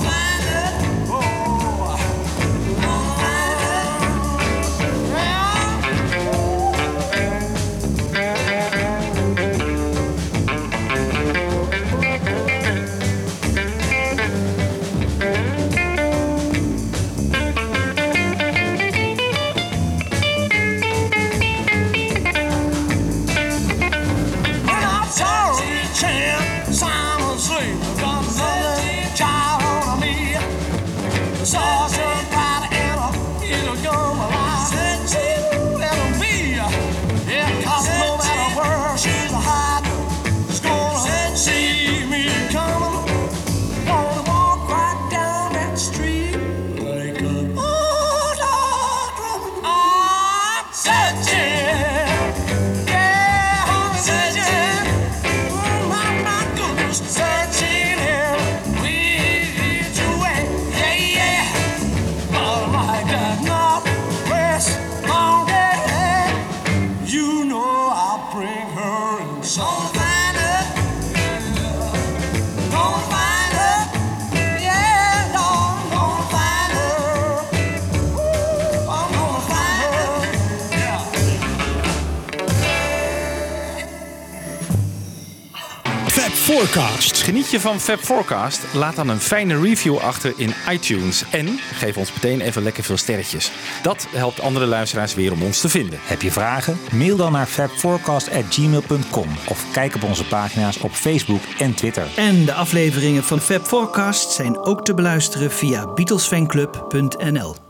Speaker 6: Forecast.
Speaker 2: Geniet je van Fab Forecast? Laat dan een fijne review achter in iTunes. En geef ons meteen even lekker veel sterretjes. Dat helpt andere luisteraars weer om ons te vinden.
Speaker 4: Heb je vragen? Mail dan naar fabforecast at gmail dot com of kijk op onze pagina's op Facebook en Twitter.
Speaker 3: En de afleveringen van Fab Forecast zijn ook te beluisteren via beatlesfanclub punt n l.